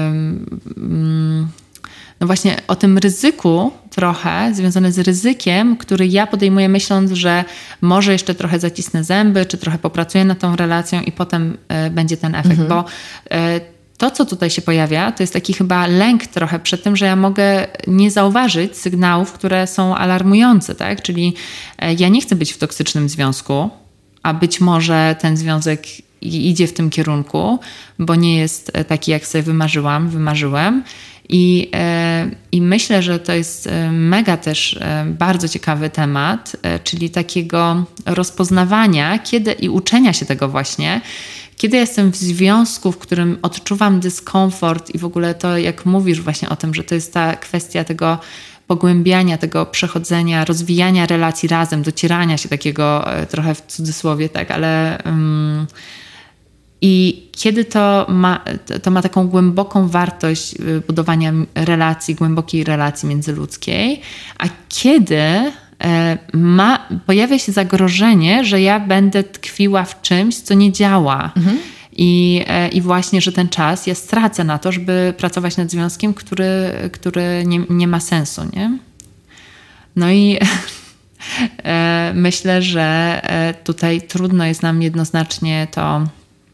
mm, no właśnie o tym ryzyku trochę, związane z ryzykiem, który ja podejmuję myśląc, że może jeszcze trochę zacisnę zęby, czy trochę popracuję nad tą relacją i potem e, będzie ten efekt, mhm. bo e, to, co tutaj się pojawia, to jest taki chyba lęk trochę przed tym, że ja mogę nie zauważyć sygnałów, które są alarmujące, tak? Czyli e, ja nie chcę być w toksycznym związku, a być może ten związek idzie w tym kierunku, bo nie jest taki, jak sobie wymarzyłam, wymarzyłem. I, I myślę, że to jest mega też bardzo ciekawy temat, czyli takiego rozpoznawania kiedy i uczenia się tego właśnie, kiedy jestem w związku, w którym odczuwam dyskomfort i w ogóle to, jak mówisz właśnie o tym, że to jest ta kwestia tego pogłębiania, tego przechodzenia, rozwijania relacji razem, docierania się takiego trochę w cudzysłowie, tak, ale... Um, I kiedy to ma, to ma taką głęboką wartość budowania relacji, głębokiej relacji międzyludzkiej, a kiedy ma, pojawia się zagrożenie, że ja będę tkwiła w czymś, co nie działa. Mhm. I, I właśnie, że ten czas ja stracę na to, żeby pracować nad związkiem, który, który nie, nie ma sensu, nie? No i myślę, że tutaj trudno jest nam jednoznacznie to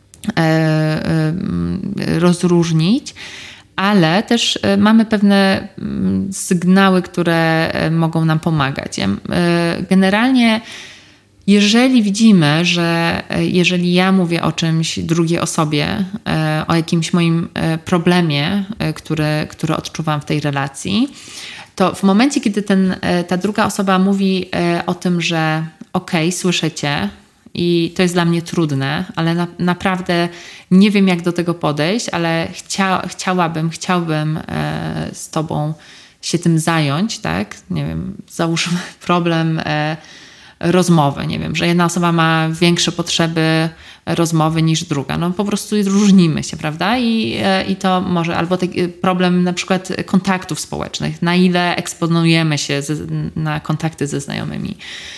rozróżnić, ale też mamy pewne sygnały, które mogą nam pomagać. Generalnie jeżeli widzimy, że jeżeli ja mówię o czymś drugiej osobie, o jakimś moim problemie, który, który odczuwam w tej relacji, to w momencie, kiedy ten, ta druga osoba mówi o tym, że okej, okay, słyszę cię, i to jest dla mnie trudne, ale na, naprawdę nie wiem, jak do tego podejść, ale chcia, chciałabym, chciałbym e, z tobą się tym zająć, tak? Nie wiem, załóżmy problem e, rozmowy, nie wiem, że jedna osoba ma większe potrzeby rozmowy niż druga. No po prostu różnimy się, prawda? I, e, i to może, albo taki problem na przykład kontaktów społecznych, na ile eksponujemy się ze, na kontakty ze znajomymi.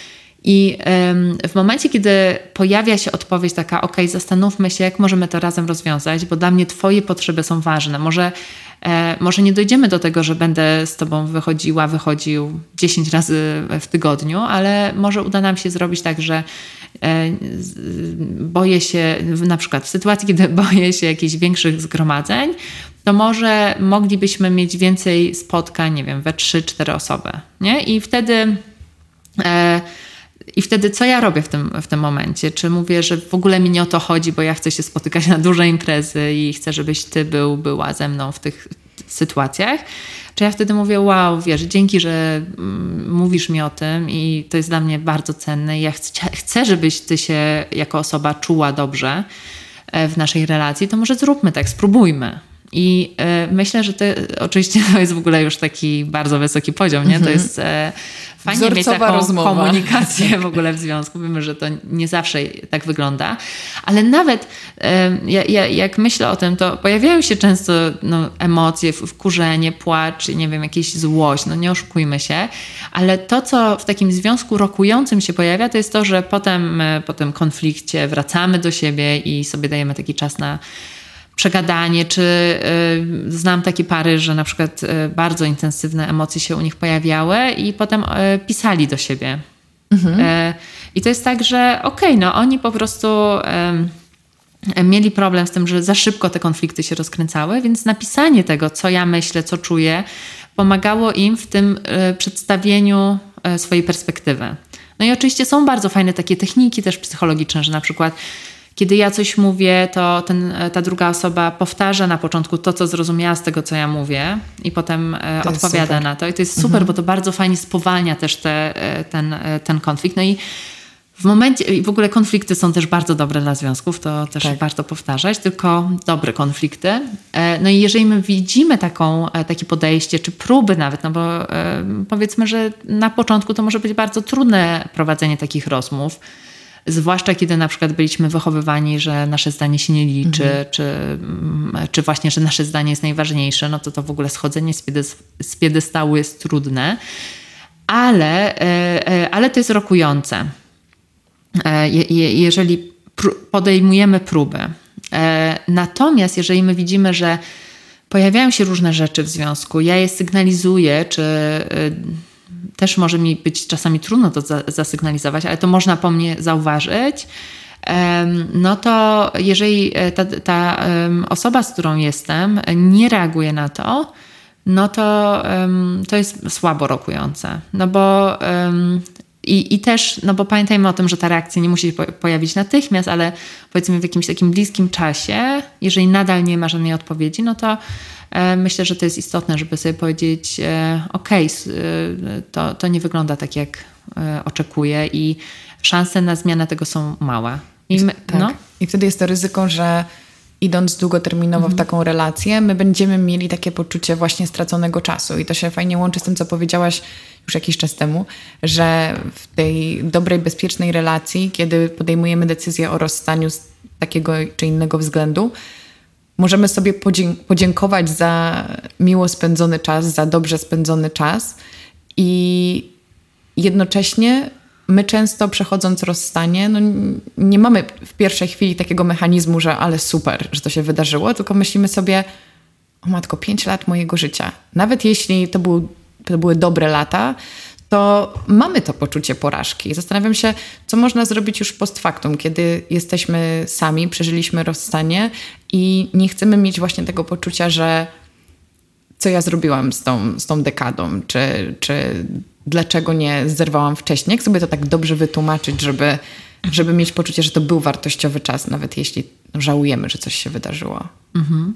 I w momencie, kiedy pojawia się odpowiedź taka, ok, zastanówmy się, jak możemy to razem rozwiązać, bo dla mnie twoje potrzeby są ważne. Może, e, może nie dojdziemy do tego, że będę z tobą wychodziła, wychodził dziesięć razy w tygodniu, ale może uda nam się zrobić tak, że e, boję się, na przykład w sytuacji, kiedy boję się jakichś większych zgromadzeń, to może moglibyśmy mieć więcej spotkań, nie wiem, we trzy, cztery osoby, nie? I wtedy... E, I wtedy co ja robię w tym, w tym momencie? Czy mówię, że w ogóle mi nie o to chodzi, bo ja chcę się spotykać na duże imprezy i chcę, żebyś ty był, była ze mną w tych sytuacjach? Czy ja wtedy mówię, wow, wiesz, dzięki, że mm, mówisz mi o tym i to jest dla mnie bardzo cenne. Ja chcę, chcę, żebyś ty się jako osoba czuła dobrze w naszej relacji, to może zróbmy tak, spróbujmy. I y, myślę, że to oczywiście to jest w ogóle już taki bardzo wysoki poziom, nie? To jest e, fajnie mieć taką rozmowa. Komunikację w ogóle w związku. Wiemy, że to nie zawsze tak wygląda, ale nawet e, ja, jak myślę o tym, to pojawiają się często no, emocje, wkurzenie, płacz, nie wiem, jakieś złość, no nie oszukujmy się, ale to, co w takim związku rokującym się pojawia, to jest to, że potem my po tym konflikcie wracamy do siebie i sobie dajemy taki czas na przegadanie, czy y, znam takie pary, że na przykład y, bardzo intensywne emocje się u nich pojawiały i potem y, pisali do siebie. Mhm. E, I to jest tak, że okej, okay, no oni po prostu e, mieli problem z tym, że za szybko te konflikty się rozkręcały, więc napisanie tego, co ja myślę, co czuję, pomagało im w tym e, przedstawieniu e, swojej perspektywy. No i oczywiście są bardzo fajne takie techniki też psychologiczne, że na przykład kiedy ja coś mówię, to ten, ta druga osoba powtarza na początku to, co zrozumiała z tego, co ja mówię i potem to odpowiada na to. I to jest super, mhm. bo to bardzo fajnie spowalnia też te, ten, ten konflikt. No i w momencie, i w ogóle konflikty są też bardzo dobre dla związków, to też tak. warto powtarzać, tylko dobre konflikty. No i jeżeli my widzimy taką, takie podejście, czy próby nawet, no bo powiedzmy, że na początku to może być bardzo trudne prowadzenie takich rozmów, zwłaszcza kiedy na przykład byliśmy wychowywani, że nasze zdanie się nie liczy, mhm. czy, czy właśnie, że nasze zdanie jest najważniejsze, no to to w ogóle schodzenie z, piedes, z piedestału jest trudne, ale, ale to jest rokujące. Je, jeżeli podejmujemy próby. Natomiast jeżeli my widzimy, że pojawiają się różne rzeczy w związku, ja je sygnalizuję, czy też może mi być czasami trudno to za, zasygnalizować, ale to można po mnie zauważyć, no to jeżeli ta, ta osoba, z którą jestem, nie reaguje na to, no to to jest słabo rokujące. No bo i, i też, no bo pamiętajmy o tym, że ta reakcja nie musi się pojawić natychmiast, ale powiedzmy w jakimś takim bliskim czasie, jeżeli nadal nie ma żadnej odpowiedzi, no to myślę, że to jest istotne, żeby sobie powiedzieć okej, okay, to, to nie wygląda tak, jak oczekuję i szanse na zmianę tego są małe. I, my, tak. no. I wtedy jest to ryzyko, że idąc długoterminowo mhm. w taką relację, my będziemy mieli takie poczucie właśnie straconego czasu. I to się fajnie łączy z tym, co powiedziałaś już jakiś czas temu, że w tej dobrej, bezpiecznej relacji, kiedy podejmujemy decyzję o rozstaniu z takiego czy innego względu, możemy sobie podziękować za miło spędzony czas, za dobrze spędzony czas i jednocześnie my często przechodząc rozstanie, no nie mamy w pierwszej chwili takiego mechanizmu, że ale super, że to się wydarzyło, tylko myślimy sobie, o matko, pięć lat mojego życia. Nawet jeśli to, był, to były dobre lata, to mamy to poczucie porażki. Zastanawiam się, co można zrobić już post factum, kiedy jesteśmy sami, przeżyliśmy rozstanie i nie chcemy mieć właśnie tego poczucia, że co ja zrobiłam z tą, z tą dekadą, czy, czy dlaczego nie zerwałam wcześniej. Jak sobie to tak dobrze wytłumaczyć, żeby, żeby mieć poczucie, że to był wartościowy czas, nawet jeśli żałujemy, że coś się wydarzyło. Mhm.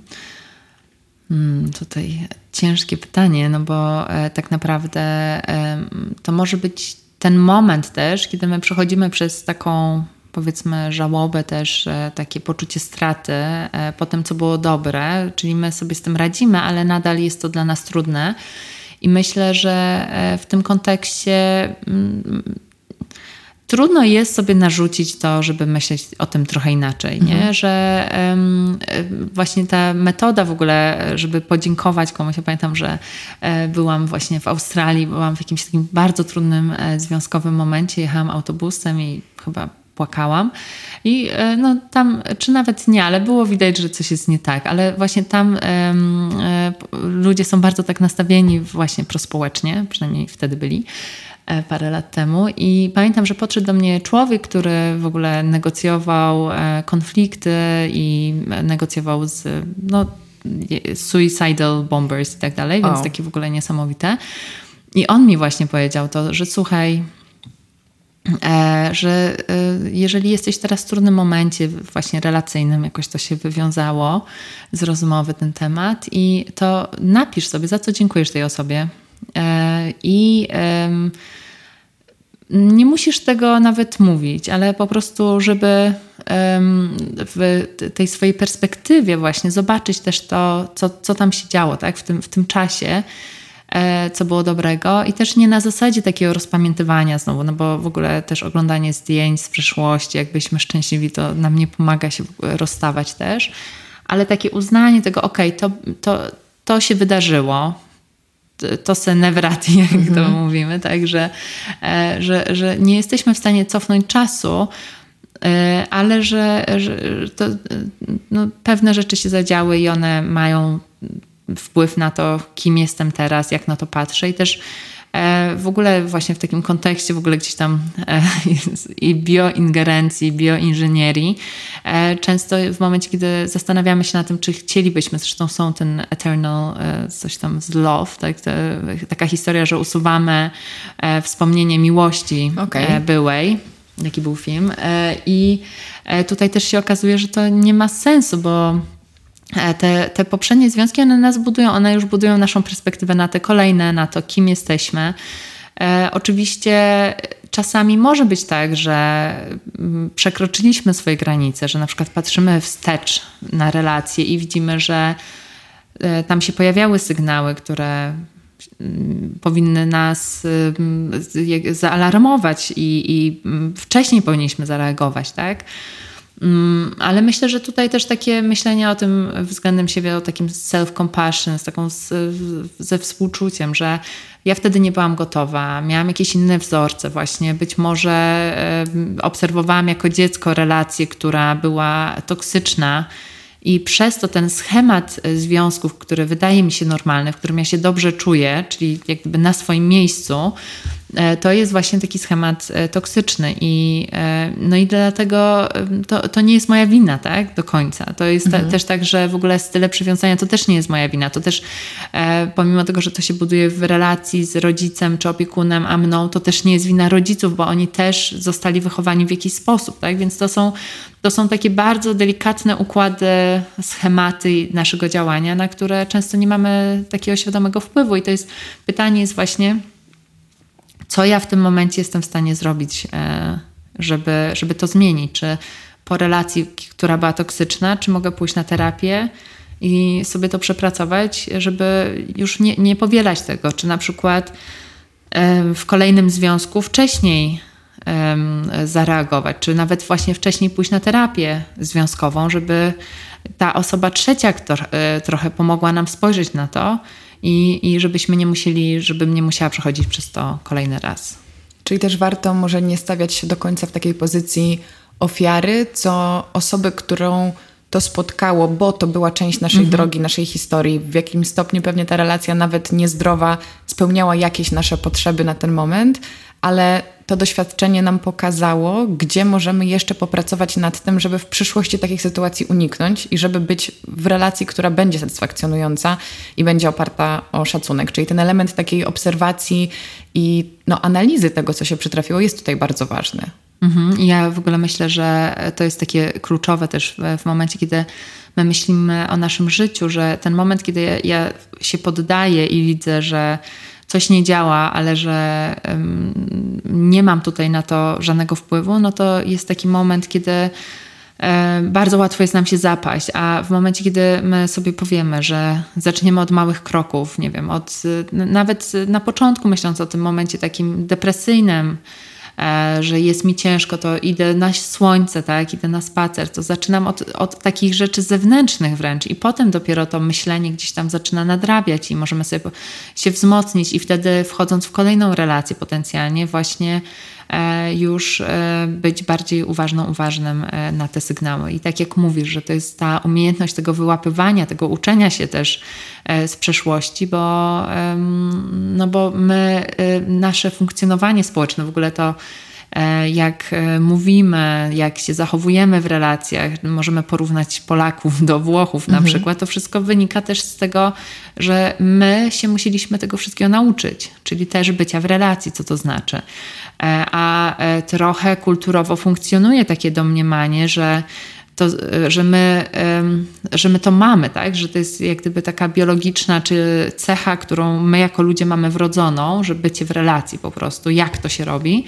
Hmm, tutaj ciężkie pytanie, no bo e, tak naprawdę e, to może być ten moment też, kiedy my przechodzimy przez taką, powiedzmy, żałobę też, e, takie poczucie straty e, po tym, co było dobre, czyli my sobie z tym radzimy, ale nadal jest to dla nas trudne i myślę, że e, w tym kontekście mm, trudno jest sobie narzucić to, żeby myśleć o tym trochę inaczej, nie? Mhm. Że um, właśnie ta metoda w ogóle, żeby podziękować komuś. Ja pamiętam, że e, byłam właśnie w Australii, byłam w jakimś takim bardzo trudnym e, związkowym momencie, jechałam autobusem i chyba płakałam i e, no tam, czy nawet nie, ale było widać, że coś jest nie tak, ale właśnie tam e, e, ludzie są bardzo tak nastawieni właśnie prospołecznie, przynajmniej wtedy byli, parę lat temu i pamiętam, że podszedł do mnie człowiek, który w ogóle negocjował konflikty i negocjował z no, suicidal bombers i tak dalej, więc oh. takie w ogóle niesamowite. I on mi właśnie powiedział to, że słuchaj, e, że e, jeżeli jesteś teraz w trudnym momencie właśnie relacyjnym, jakoś to się wywiązało z rozmowy ten temat i to napisz sobie, za co dziękujesz tej osobie. I um, nie musisz tego nawet mówić, ale po prostu, żeby um, w tej swojej perspektywie właśnie zobaczyć też to, co, co tam się działo, tak? w, tym, w tym czasie, e, co było dobrego i też nie na zasadzie takiego rozpamiętywania znowu, no bo w ogóle też oglądanie zdjęć z przeszłości, jak byliśmy szczęśliwi, to nam nie pomaga się rozstawać też, ale takie uznanie tego, okej, okay, to, to, to się wydarzyło, to se ne vrati, jak mm-hmm. to mówimy, tak, że, że, że nie jesteśmy w stanie cofnąć czasu, ale że, że to, no, pewne rzeczy się zadziały i one mają wpływ na to, kim jestem teraz, jak na to patrzę i też W ogóle właśnie w takim kontekście w ogóle gdzieś tam i bioingerencji, bioinżynierii, często w momencie, kiedy zastanawiamy się nad tym, czy chcielibyśmy, zresztą są ten eternal coś tam z love, tak? Taka historia, że usuwamy wspomnienie miłości okay. byłej. Jaki był film. I tutaj też się okazuje, że to nie ma sensu, bo te, te poprzednie związki, one nas budują, one już budują naszą perspektywę na te kolejne, na to, kim jesteśmy. E, oczywiście czasami może być tak, że przekroczyliśmy swoje granice, że na przykład patrzymy wstecz na relacje i widzimy, że tam się pojawiały sygnały, które powinny nas zaalarmować i, i wcześniej powinniśmy zareagować, tak? Ale myślę, że tutaj też takie myślenie o tym względem siebie, o takim self-compassion, z taką z, ze współczuciem, że ja wtedy nie byłam gotowa, miałam jakieś inne wzorce właśnie, być może e, obserwowałam jako dziecko relację, która była toksyczna i przez to ten schemat związków, który wydaje mi się normalny, w którym ja się dobrze czuję, czyli jak gdyby na swoim miejscu, to jest właśnie taki schemat toksyczny i, no i dlatego to, to nie jest moja wina, tak, do końca. To jest mhm. ta, też tak, że w ogóle style przywiązania to też nie jest moja wina. To też pomimo tego, że to się buduje w relacji z rodzicem czy opiekunem, a mną, to też nie jest wina rodziców, bo oni też zostali wychowani w jakiś sposób, tak, więc to są, to są takie bardzo delikatne układy, schematy naszego działania, na które często nie mamy takiego świadomego wpływu i to jest, pytanie jest właśnie, co ja w tym momencie jestem w stanie zrobić, żeby, żeby to zmienić? Czy po relacji, która była toksyczna, czy mogę pójść na terapię i sobie to przepracować, żeby już nie, nie powielać tego? Czy na przykład w kolejnym związku wcześniej zareagować? Czy nawet właśnie wcześniej pójść na terapię związkową, żeby ta osoba trzecia trochę pomogła nam spojrzeć na to, I, i żebyśmy nie musieli, żebym nie musiała przechodzić przez to kolejny raz. Czyli też warto może nie stawiać się do końca w takiej pozycji ofiary, co osoby, którą to spotkało, bo to była część naszej mhm. drogi, naszej historii. W jakim stopniu pewnie ta relacja nawet niezdrowa spełniała jakieś nasze potrzeby na ten moment, ale to doświadczenie nam pokazało, gdzie możemy jeszcze popracować nad tym, żeby w przyszłości takich sytuacji uniknąć i żeby być w relacji, która będzie satysfakcjonująca i będzie oparta o szacunek. Czyli ten element takiej obserwacji i no, analizy tego, co się przytrafiło, jest tutaj bardzo ważny. Mhm. Ja w ogóle myślę, że to jest takie kluczowe też w, w momencie, kiedy my myślimy o naszym życiu, że ten moment, kiedy ja, ja się poddaję i widzę, że coś nie działa, ale że um, nie mam tutaj na to żadnego wpływu, no to jest taki moment, kiedy um, bardzo łatwo jest nam się zapaść, a w momencie, kiedy my sobie powiemy, że zaczniemy od małych kroków, nie wiem, od nawet na początku myśląc o tym momencie takim depresyjnym, że jest mi ciężko, to idę na słońce, tak, idę na spacer, to zaczynam od, od takich rzeczy zewnętrznych wręcz i potem dopiero to myślenie gdzieś tam zaczyna nadrabiać i możemy sobie się wzmocnić i wtedy wchodząc w kolejną relację potencjalnie właśnie e, już e, być bardziej uważną, uważnym e, na te sygnały. I tak jak mówisz, że to jest ta umiejętność tego wyłapywania, tego uczenia się też e, z przeszłości, bo, e, no bo my, e, nasze funkcjonowanie społeczne, w ogóle to jak mówimy, jak się zachowujemy w relacjach, możemy porównać Polaków do Włochów na mhm. przykład, to wszystko wynika też z tego, że my się musieliśmy tego wszystkiego nauczyć, czyli też bycia w relacji, co to znaczy. A trochę kulturowo funkcjonuje takie domniemanie, że To, że, my, że my to mamy, tak? Że to jest jak gdyby taka biologiczna czy cecha, którą my jako ludzie mamy wrodzoną, że bycie w relacji po prostu, jak to się robi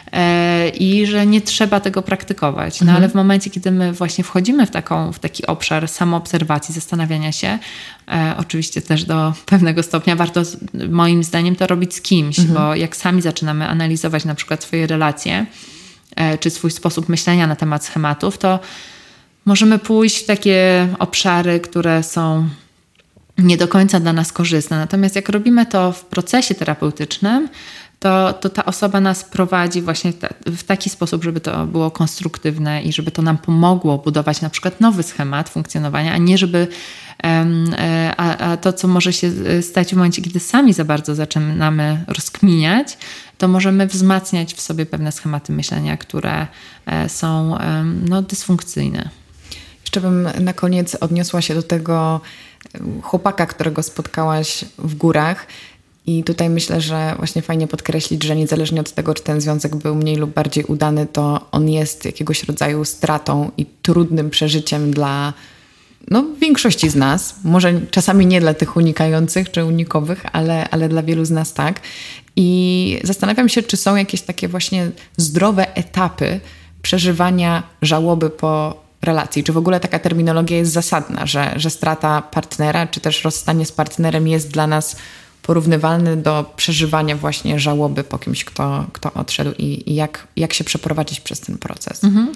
i że nie trzeba tego praktykować. No mhm. ale w momencie, kiedy my właśnie wchodzimy w, taką, w taki obszar samoobserwacji, zastanawiania się, oczywiście też do pewnego stopnia warto moim zdaniem to robić z kimś, mhm. bo jak sami zaczynamy analizować na przykład swoje relacje czy swój sposób myślenia na temat schematów, to możemy pójść w takie obszary, które są nie do końca dla nas korzystne. Natomiast jak robimy to w procesie terapeutycznym, to, to ta osoba nas prowadzi właśnie w taki sposób, żeby to było konstruktywne i żeby to nam pomogło budować na przykład nowy schemat funkcjonowania, a nie żeby A, a to, co może się stać w momencie, kiedy sami za bardzo zaczynamy rozkminiać, to możemy wzmacniać w sobie pewne schematy myślenia, które są no, dysfunkcyjne. Jeszcze bym na koniec odniosła się do tego chłopaka, którego spotkałaś w górach. I tutaj myślę, że właśnie fajnie podkreślić, że niezależnie od tego, czy ten związek był mniej lub bardziej udany, to on jest jakiegoś rodzaju stratą i trudnym przeżyciem dla no, większości z nas. Może czasami nie dla tych unikających czy unikowych, ale, ale dla wielu z nas tak. I zastanawiam się, czy są jakieś takie właśnie zdrowe etapy przeżywania żałoby po relacji. Czy w ogóle taka terminologia jest zasadna, że, że strata partnera, czy też rozstanie z partnerem jest dla nas porównywalny do przeżywania właśnie żałoby po kimś, kto, kto odszedł i, i jak, jak się przeprowadzić przez ten proces. Mhm.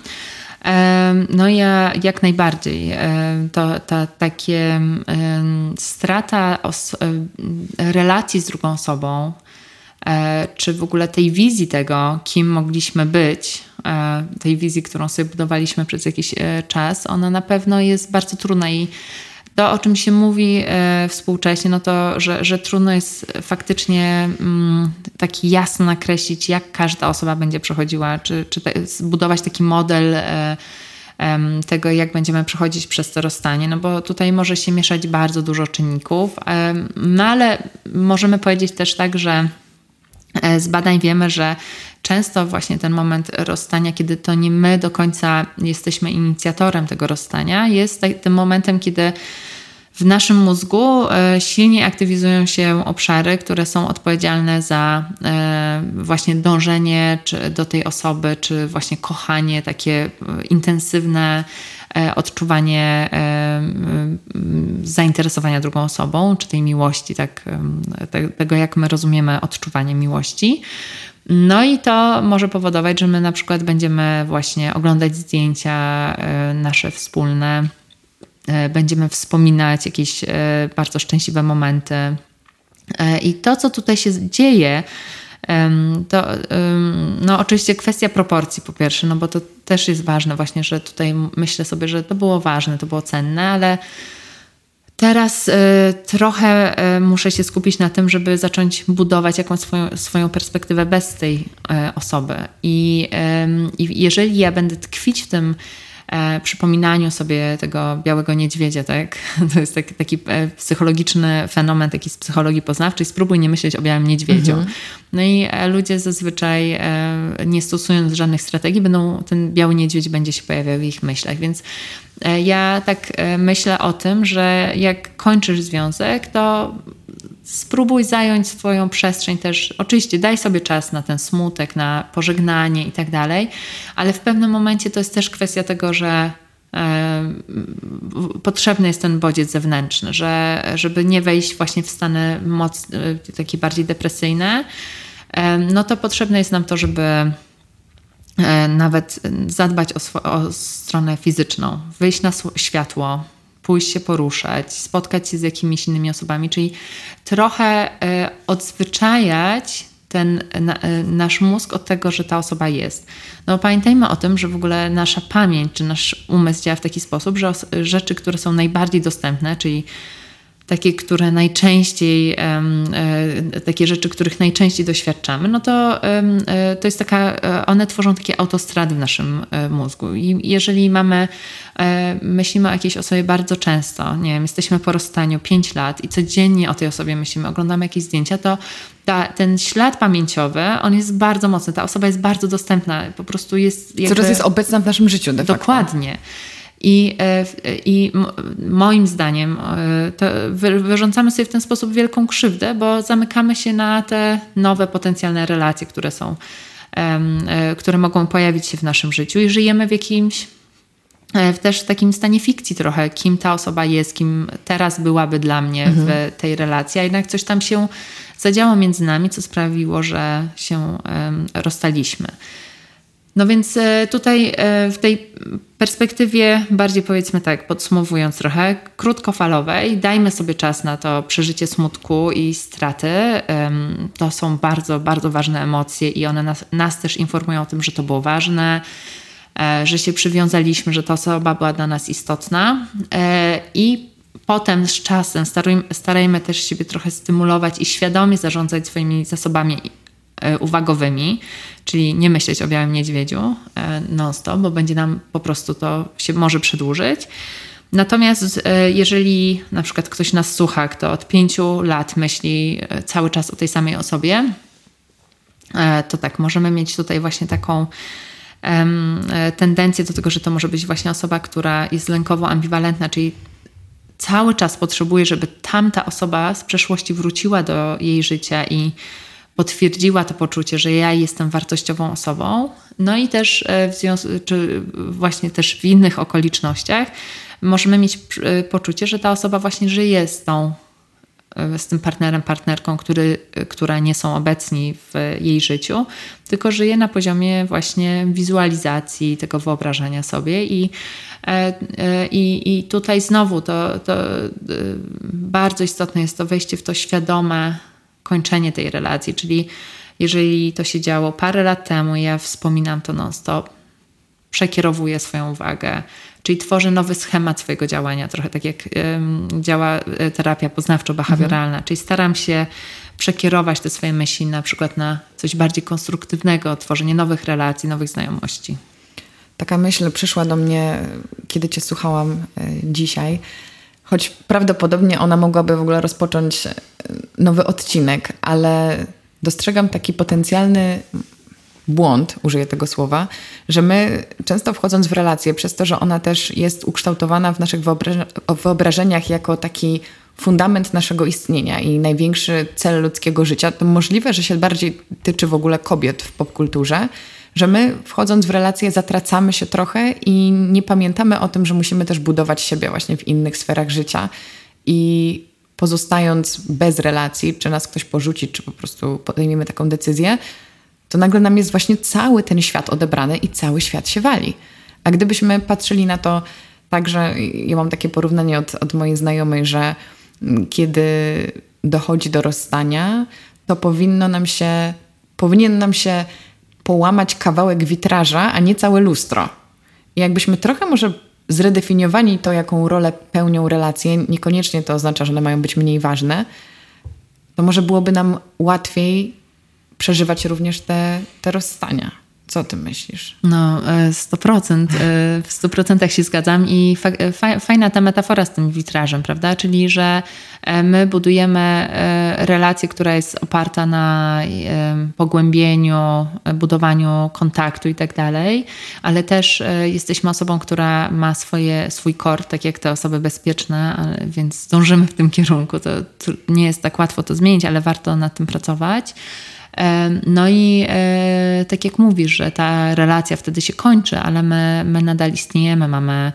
No ja jak najbardziej. To, to takie strata os- relacji z drugą osobą, czy w ogóle tej wizji tego, kim mogliśmy być, tej wizji, którą sobie budowaliśmy przez jakiś czas, ona na pewno jest bardzo trudna i to, o czym się mówi e, współcześnie, no to, że, że trudno jest faktycznie mm, taki jasno nakreślić, jak każda osoba będzie przechodziła, czy, czy te, zbudować taki model e, e, tego, jak będziemy przechodzić przez to rozstanie, no bo tutaj może się mieszać bardzo dużo czynników, e, no ale możemy powiedzieć też tak, że z badań wiemy, że często właśnie ten moment rozstania, kiedy to nie my do końca jesteśmy inicjatorem tego rozstania, jest tym momentem, kiedy w naszym mózgu silniej aktywizują się obszary, które są odpowiedzialne za właśnie dążenie czy do tej osoby, czy właśnie kochanie, takie intensywne odczuwanie zainteresowania drugą osobą, czy tej miłości, tak, tego jak my rozumiemy odczuwanie miłości. No i to może powodować, że my na przykład będziemy właśnie oglądać zdjęcia nasze wspólne, będziemy wspominać jakieś bardzo szczęśliwe momenty. I to, co tutaj się dzieje, to no oczywiście kwestia proporcji po pierwsze, no bo to też jest ważne właśnie, że tutaj myślę sobie, że to było ważne, to było cenne, ale teraz y, trochę y, muszę się skupić na tym, żeby zacząć budować jakąś swoją, swoją perspektywę bez tej y, osoby. I y, jeżeli ja będę tkwić w tym e, przypominaniu sobie tego białego niedźwiedzia, tak? To jest taki, taki psychologiczny fenomen, taki z psychologii poznawczej. Spróbuj nie myśleć o białym niedźwiedziu. Mhm. No i ludzie zazwyczaj e, nie stosując żadnych strategii, będą, ten biały niedźwiedź będzie się pojawiał w ich myślach, więc e, ja tak e, myślę o tym, że jak kończysz związek, to spróbuj zająć swoją przestrzeń też. Oczywiście daj sobie czas na ten smutek, na pożegnanie i tak dalej, ale w pewnym momencie to jest też kwestia tego, że e, potrzebny jest ten bodziec zewnętrzny, że, żeby nie wejść właśnie w stany moc, takie bardziej depresyjne, e, no to potrzebne jest nam to, żeby e, nawet zadbać o, swo- o stronę fizyczną, wyjść na światło, pójść się poruszać, spotkać się z jakimiś innymi osobami, czyli trochę y, odzwyczajać ten na, y, nasz mózg od tego, że ta osoba jest. No pamiętajmy o tym, że w ogóle nasza pamięć, czy nasz umysł działa w taki sposób, że os- rzeczy, które są najbardziej dostępne, czyli takie, które najczęściej, um, e, takie rzeczy, których najczęściej doświadczamy, no to, um, e, to jest taka, one tworzą takie autostrady w naszym e, mózgu. I jeżeli mamy, e, myślimy o jakiejś osobie bardzo często, nie wiem, jesteśmy po rozstaniu pięć lat i codziennie o tej osobie myślimy, oglądamy jakieś zdjęcia, to ta, ten ślad pamięciowy, on jest bardzo mocny, ta osoba jest bardzo dostępna, po prostu jest jakby... Coraz jest obecna w naszym życiu de facto. Dokładnie. I, I moim zdaniem to wyrządzamy sobie w ten sposób wielką krzywdę, bo zamykamy się na te nowe potencjalne relacje, które są, które mogą pojawić się w naszym życiu i żyjemy w jakimś w też takim stanie fikcji trochę, kim ta osoba jest, kim teraz byłaby dla mnie mhm. w tej relacji, a jednak coś tam się zadziało między nami, co sprawiło, że się rozstaliśmy. No więc tutaj w tej perspektywie bardziej powiedzmy tak, podsumowując trochę, krótkofalowej, dajmy sobie czas na to przeżycie smutku i straty. To są bardzo, bardzo ważne emocje i one nas, nas też informują o tym, że to było ważne, że się przywiązaliśmy, że ta osoba była dla nas istotna i potem z czasem starajmy, starajmy też siebie trochę stymulować i świadomie zarządzać swoimi zasobami uwagowymi, czyli nie myśleć o białym niedźwiedziu non-stop, bo będzie nam po prostu to się może przedłużyć. Natomiast jeżeli na przykład ktoś nas słucha, kto od pięciu lat myśli cały czas o tej samej osobie, to tak, możemy mieć tutaj właśnie taką um, tendencję do tego, że to może być właśnie osoba, która jest lękowo ambiwalentna, czyli cały czas potrzebuje, żeby tamta osoba z przeszłości wróciła do jej życia i potwierdziła to poczucie, że ja jestem wartościową osobą. No i też w związku, czy właśnie też w innych okolicznościach możemy mieć poczucie, że ta osoba właśnie żyje z tą, z tym partnerem, partnerką, który, która nie są obecni w jej życiu, tylko żyje na poziomie właśnie wizualizacji, tego wyobrażania sobie i, i, i tutaj znowu to, to bardzo istotne jest to wejście w to świadome kończenie tej relacji, czyli jeżeli to się działo parę lat temu i ja wspominam to non-stop, przekierowuję swoją uwagę, czyli tworzę nowy schemat swojego działania, trochę tak jak um, działa terapia poznawczo-behawioralna, mhm. czyli staram się przekierować te swoje myśli na przykład na coś bardziej konstruktywnego, tworzenie nowych relacji, nowych znajomości. Taka myśl przyszła do mnie, kiedy Cię słuchałam y, dzisiaj, choć prawdopodobnie ona mogłaby w ogóle rozpocząć nowy odcinek, ale dostrzegam taki potencjalny błąd, użyję tego słowa, że my często wchodząc w relację, przez to, że ona też jest ukształtowana w naszych wyobraż- wyobrażeniach jako taki fundament naszego istnienia i największy cel ludzkiego życia, to możliwe, że się bardziej tyczy w ogóle kobiet w popkulturze, że my wchodząc w relacje zatracamy się trochę i nie pamiętamy o tym, że musimy też budować siebie właśnie w innych sferach życia i pozostając bez relacji, czy nas ktoś porzuci, czy po prostu podejmiemy taką decyzję, to nagle nam jest właśnie cały ten świat odebrany i cały świat się wali. A gdybyśmy patrzyli na to tak, że ja mam takie porównanie od, od mojej znajomej, że kiedy dochodzi do rozstania, to powinno nam się, powinien nam się połamać kawałek witraża, a nie całe lustro. I jakbyśmy trochę może zredefiniowali to, jaką rolę pełnią relacje, niekoniecznie to oznacza, że one mają być mniej ważne, to może byłoby nam łatwiej przeżywać również te, te rozstania. Co o tym myślisz? No, sto procent. W stu procentach się zgadzam i fa- fajna ta metafora z tym witrażem, prawda? Czyli, że my budujemy relację, która jest oparta na pogłębieniu, budowaniu kontaktu i tak dalej, ale też jesteśmy osobą, która ma swoje, swój core, tak jak te osoby bezpieczne, więc dążymy w tym kierunku. To nie jest tak łatwo to zmienić, ale warto nad tym pracować. No i e, tak jak mówisz, że ta relacja wtedy się kończy, ale my, my nadal istniejemy, mamy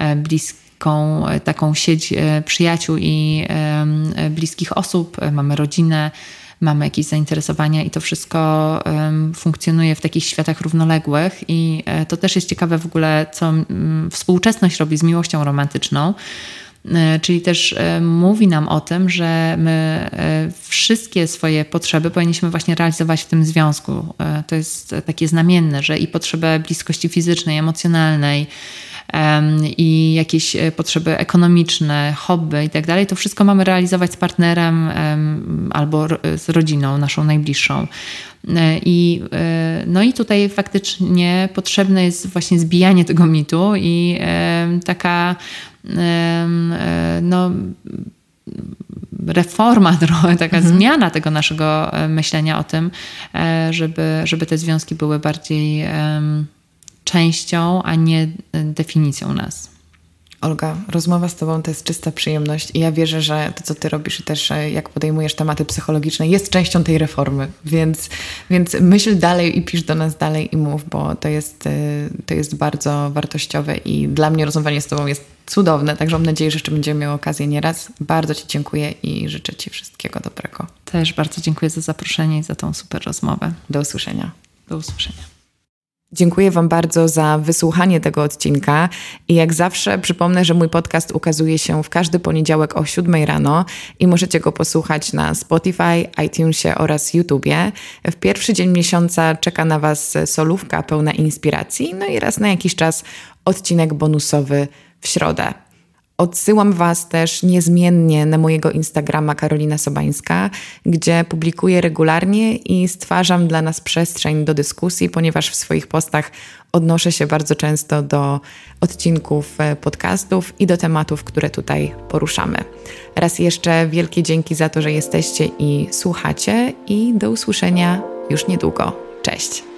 bliską taką sieć przyjaciół i e, bliskich osób, mamy rodzinę, mamy jakieś zainteresowania i to wszystko e, funkcjonuje w takich światach równoległych i e, to też jest ciekawe w ogóle, co m, współczesność robi z miłością romantyczną. Czyli też mówi nam o tym, że my wszystkie swoje potrzeby powinniśmy właśnie realizować w tym związku. To jest takie znamienne, że i potrzebę bliskości fizycznej, emocjonalnej i jakieś potrzeby ekonomiczne, hobby i tak dalej, to wszystko mamy realizować z partnerem albo z rodziną naszą najbliższą. I, no i tutaj faktycznie potrzebne jest właśnie zbijanie tego mitu i taka no, reforma trochę, taka mhm. zmiana tego naszego myślenia o tym, żeby, żeby te związki były bardziej um, częścią, a nie definicją nas. Olga, rozmowa z Tobą to jest czysta przyjemność i ja wierzę, że to, co Ty robisz i też jak podejmujesz tematy psychologiczne, jest częścią tej reformy, więc, więc myśl dalej i pisz do nas dalej i mów, bo to jest, to jest bardzo wartościowe i dla mnie rozmawianie z Tobą jest cudowne, także mam nadzieję, że jeszcze będziemy miały okazję nieraz. Bardzo Ci dziękuję i życzę Ci wszystkiego dobrego. Też bardzo dziękuję za zaproszenie i za tą super rozmowę. Do usłyszenia. Do usłyszenia. Dziękuję Wam bardzo za wysłuchanie tego odcinka i jak zawsze przypomnę, że mój podcast ukazuje się w każdy poniedziałek o siódmej rano i możecie go posłuchać na Spotify, iTunesie oraz YouTubie. W pierwszy dzień miesiąca czeka na Was solówka pełna inspiracji, no i raz na jakiś czas odcinek bonusowy w środę. Odsyłam Was też niezmiennie na mojego Instagrama Karolina Sobańska, gdzie publikuję regularnie i stwarzam dla nas przestrzeń do dyskusji, ponieważ w swoich postach odnoszę się bardzo często do odcinków podcastów i do tematów, które tutaj poruszamy. Raz jeszcze wielkie dzięki za to, że jesteście i słuchacie i do usłyszenia już niedługo. Cześć!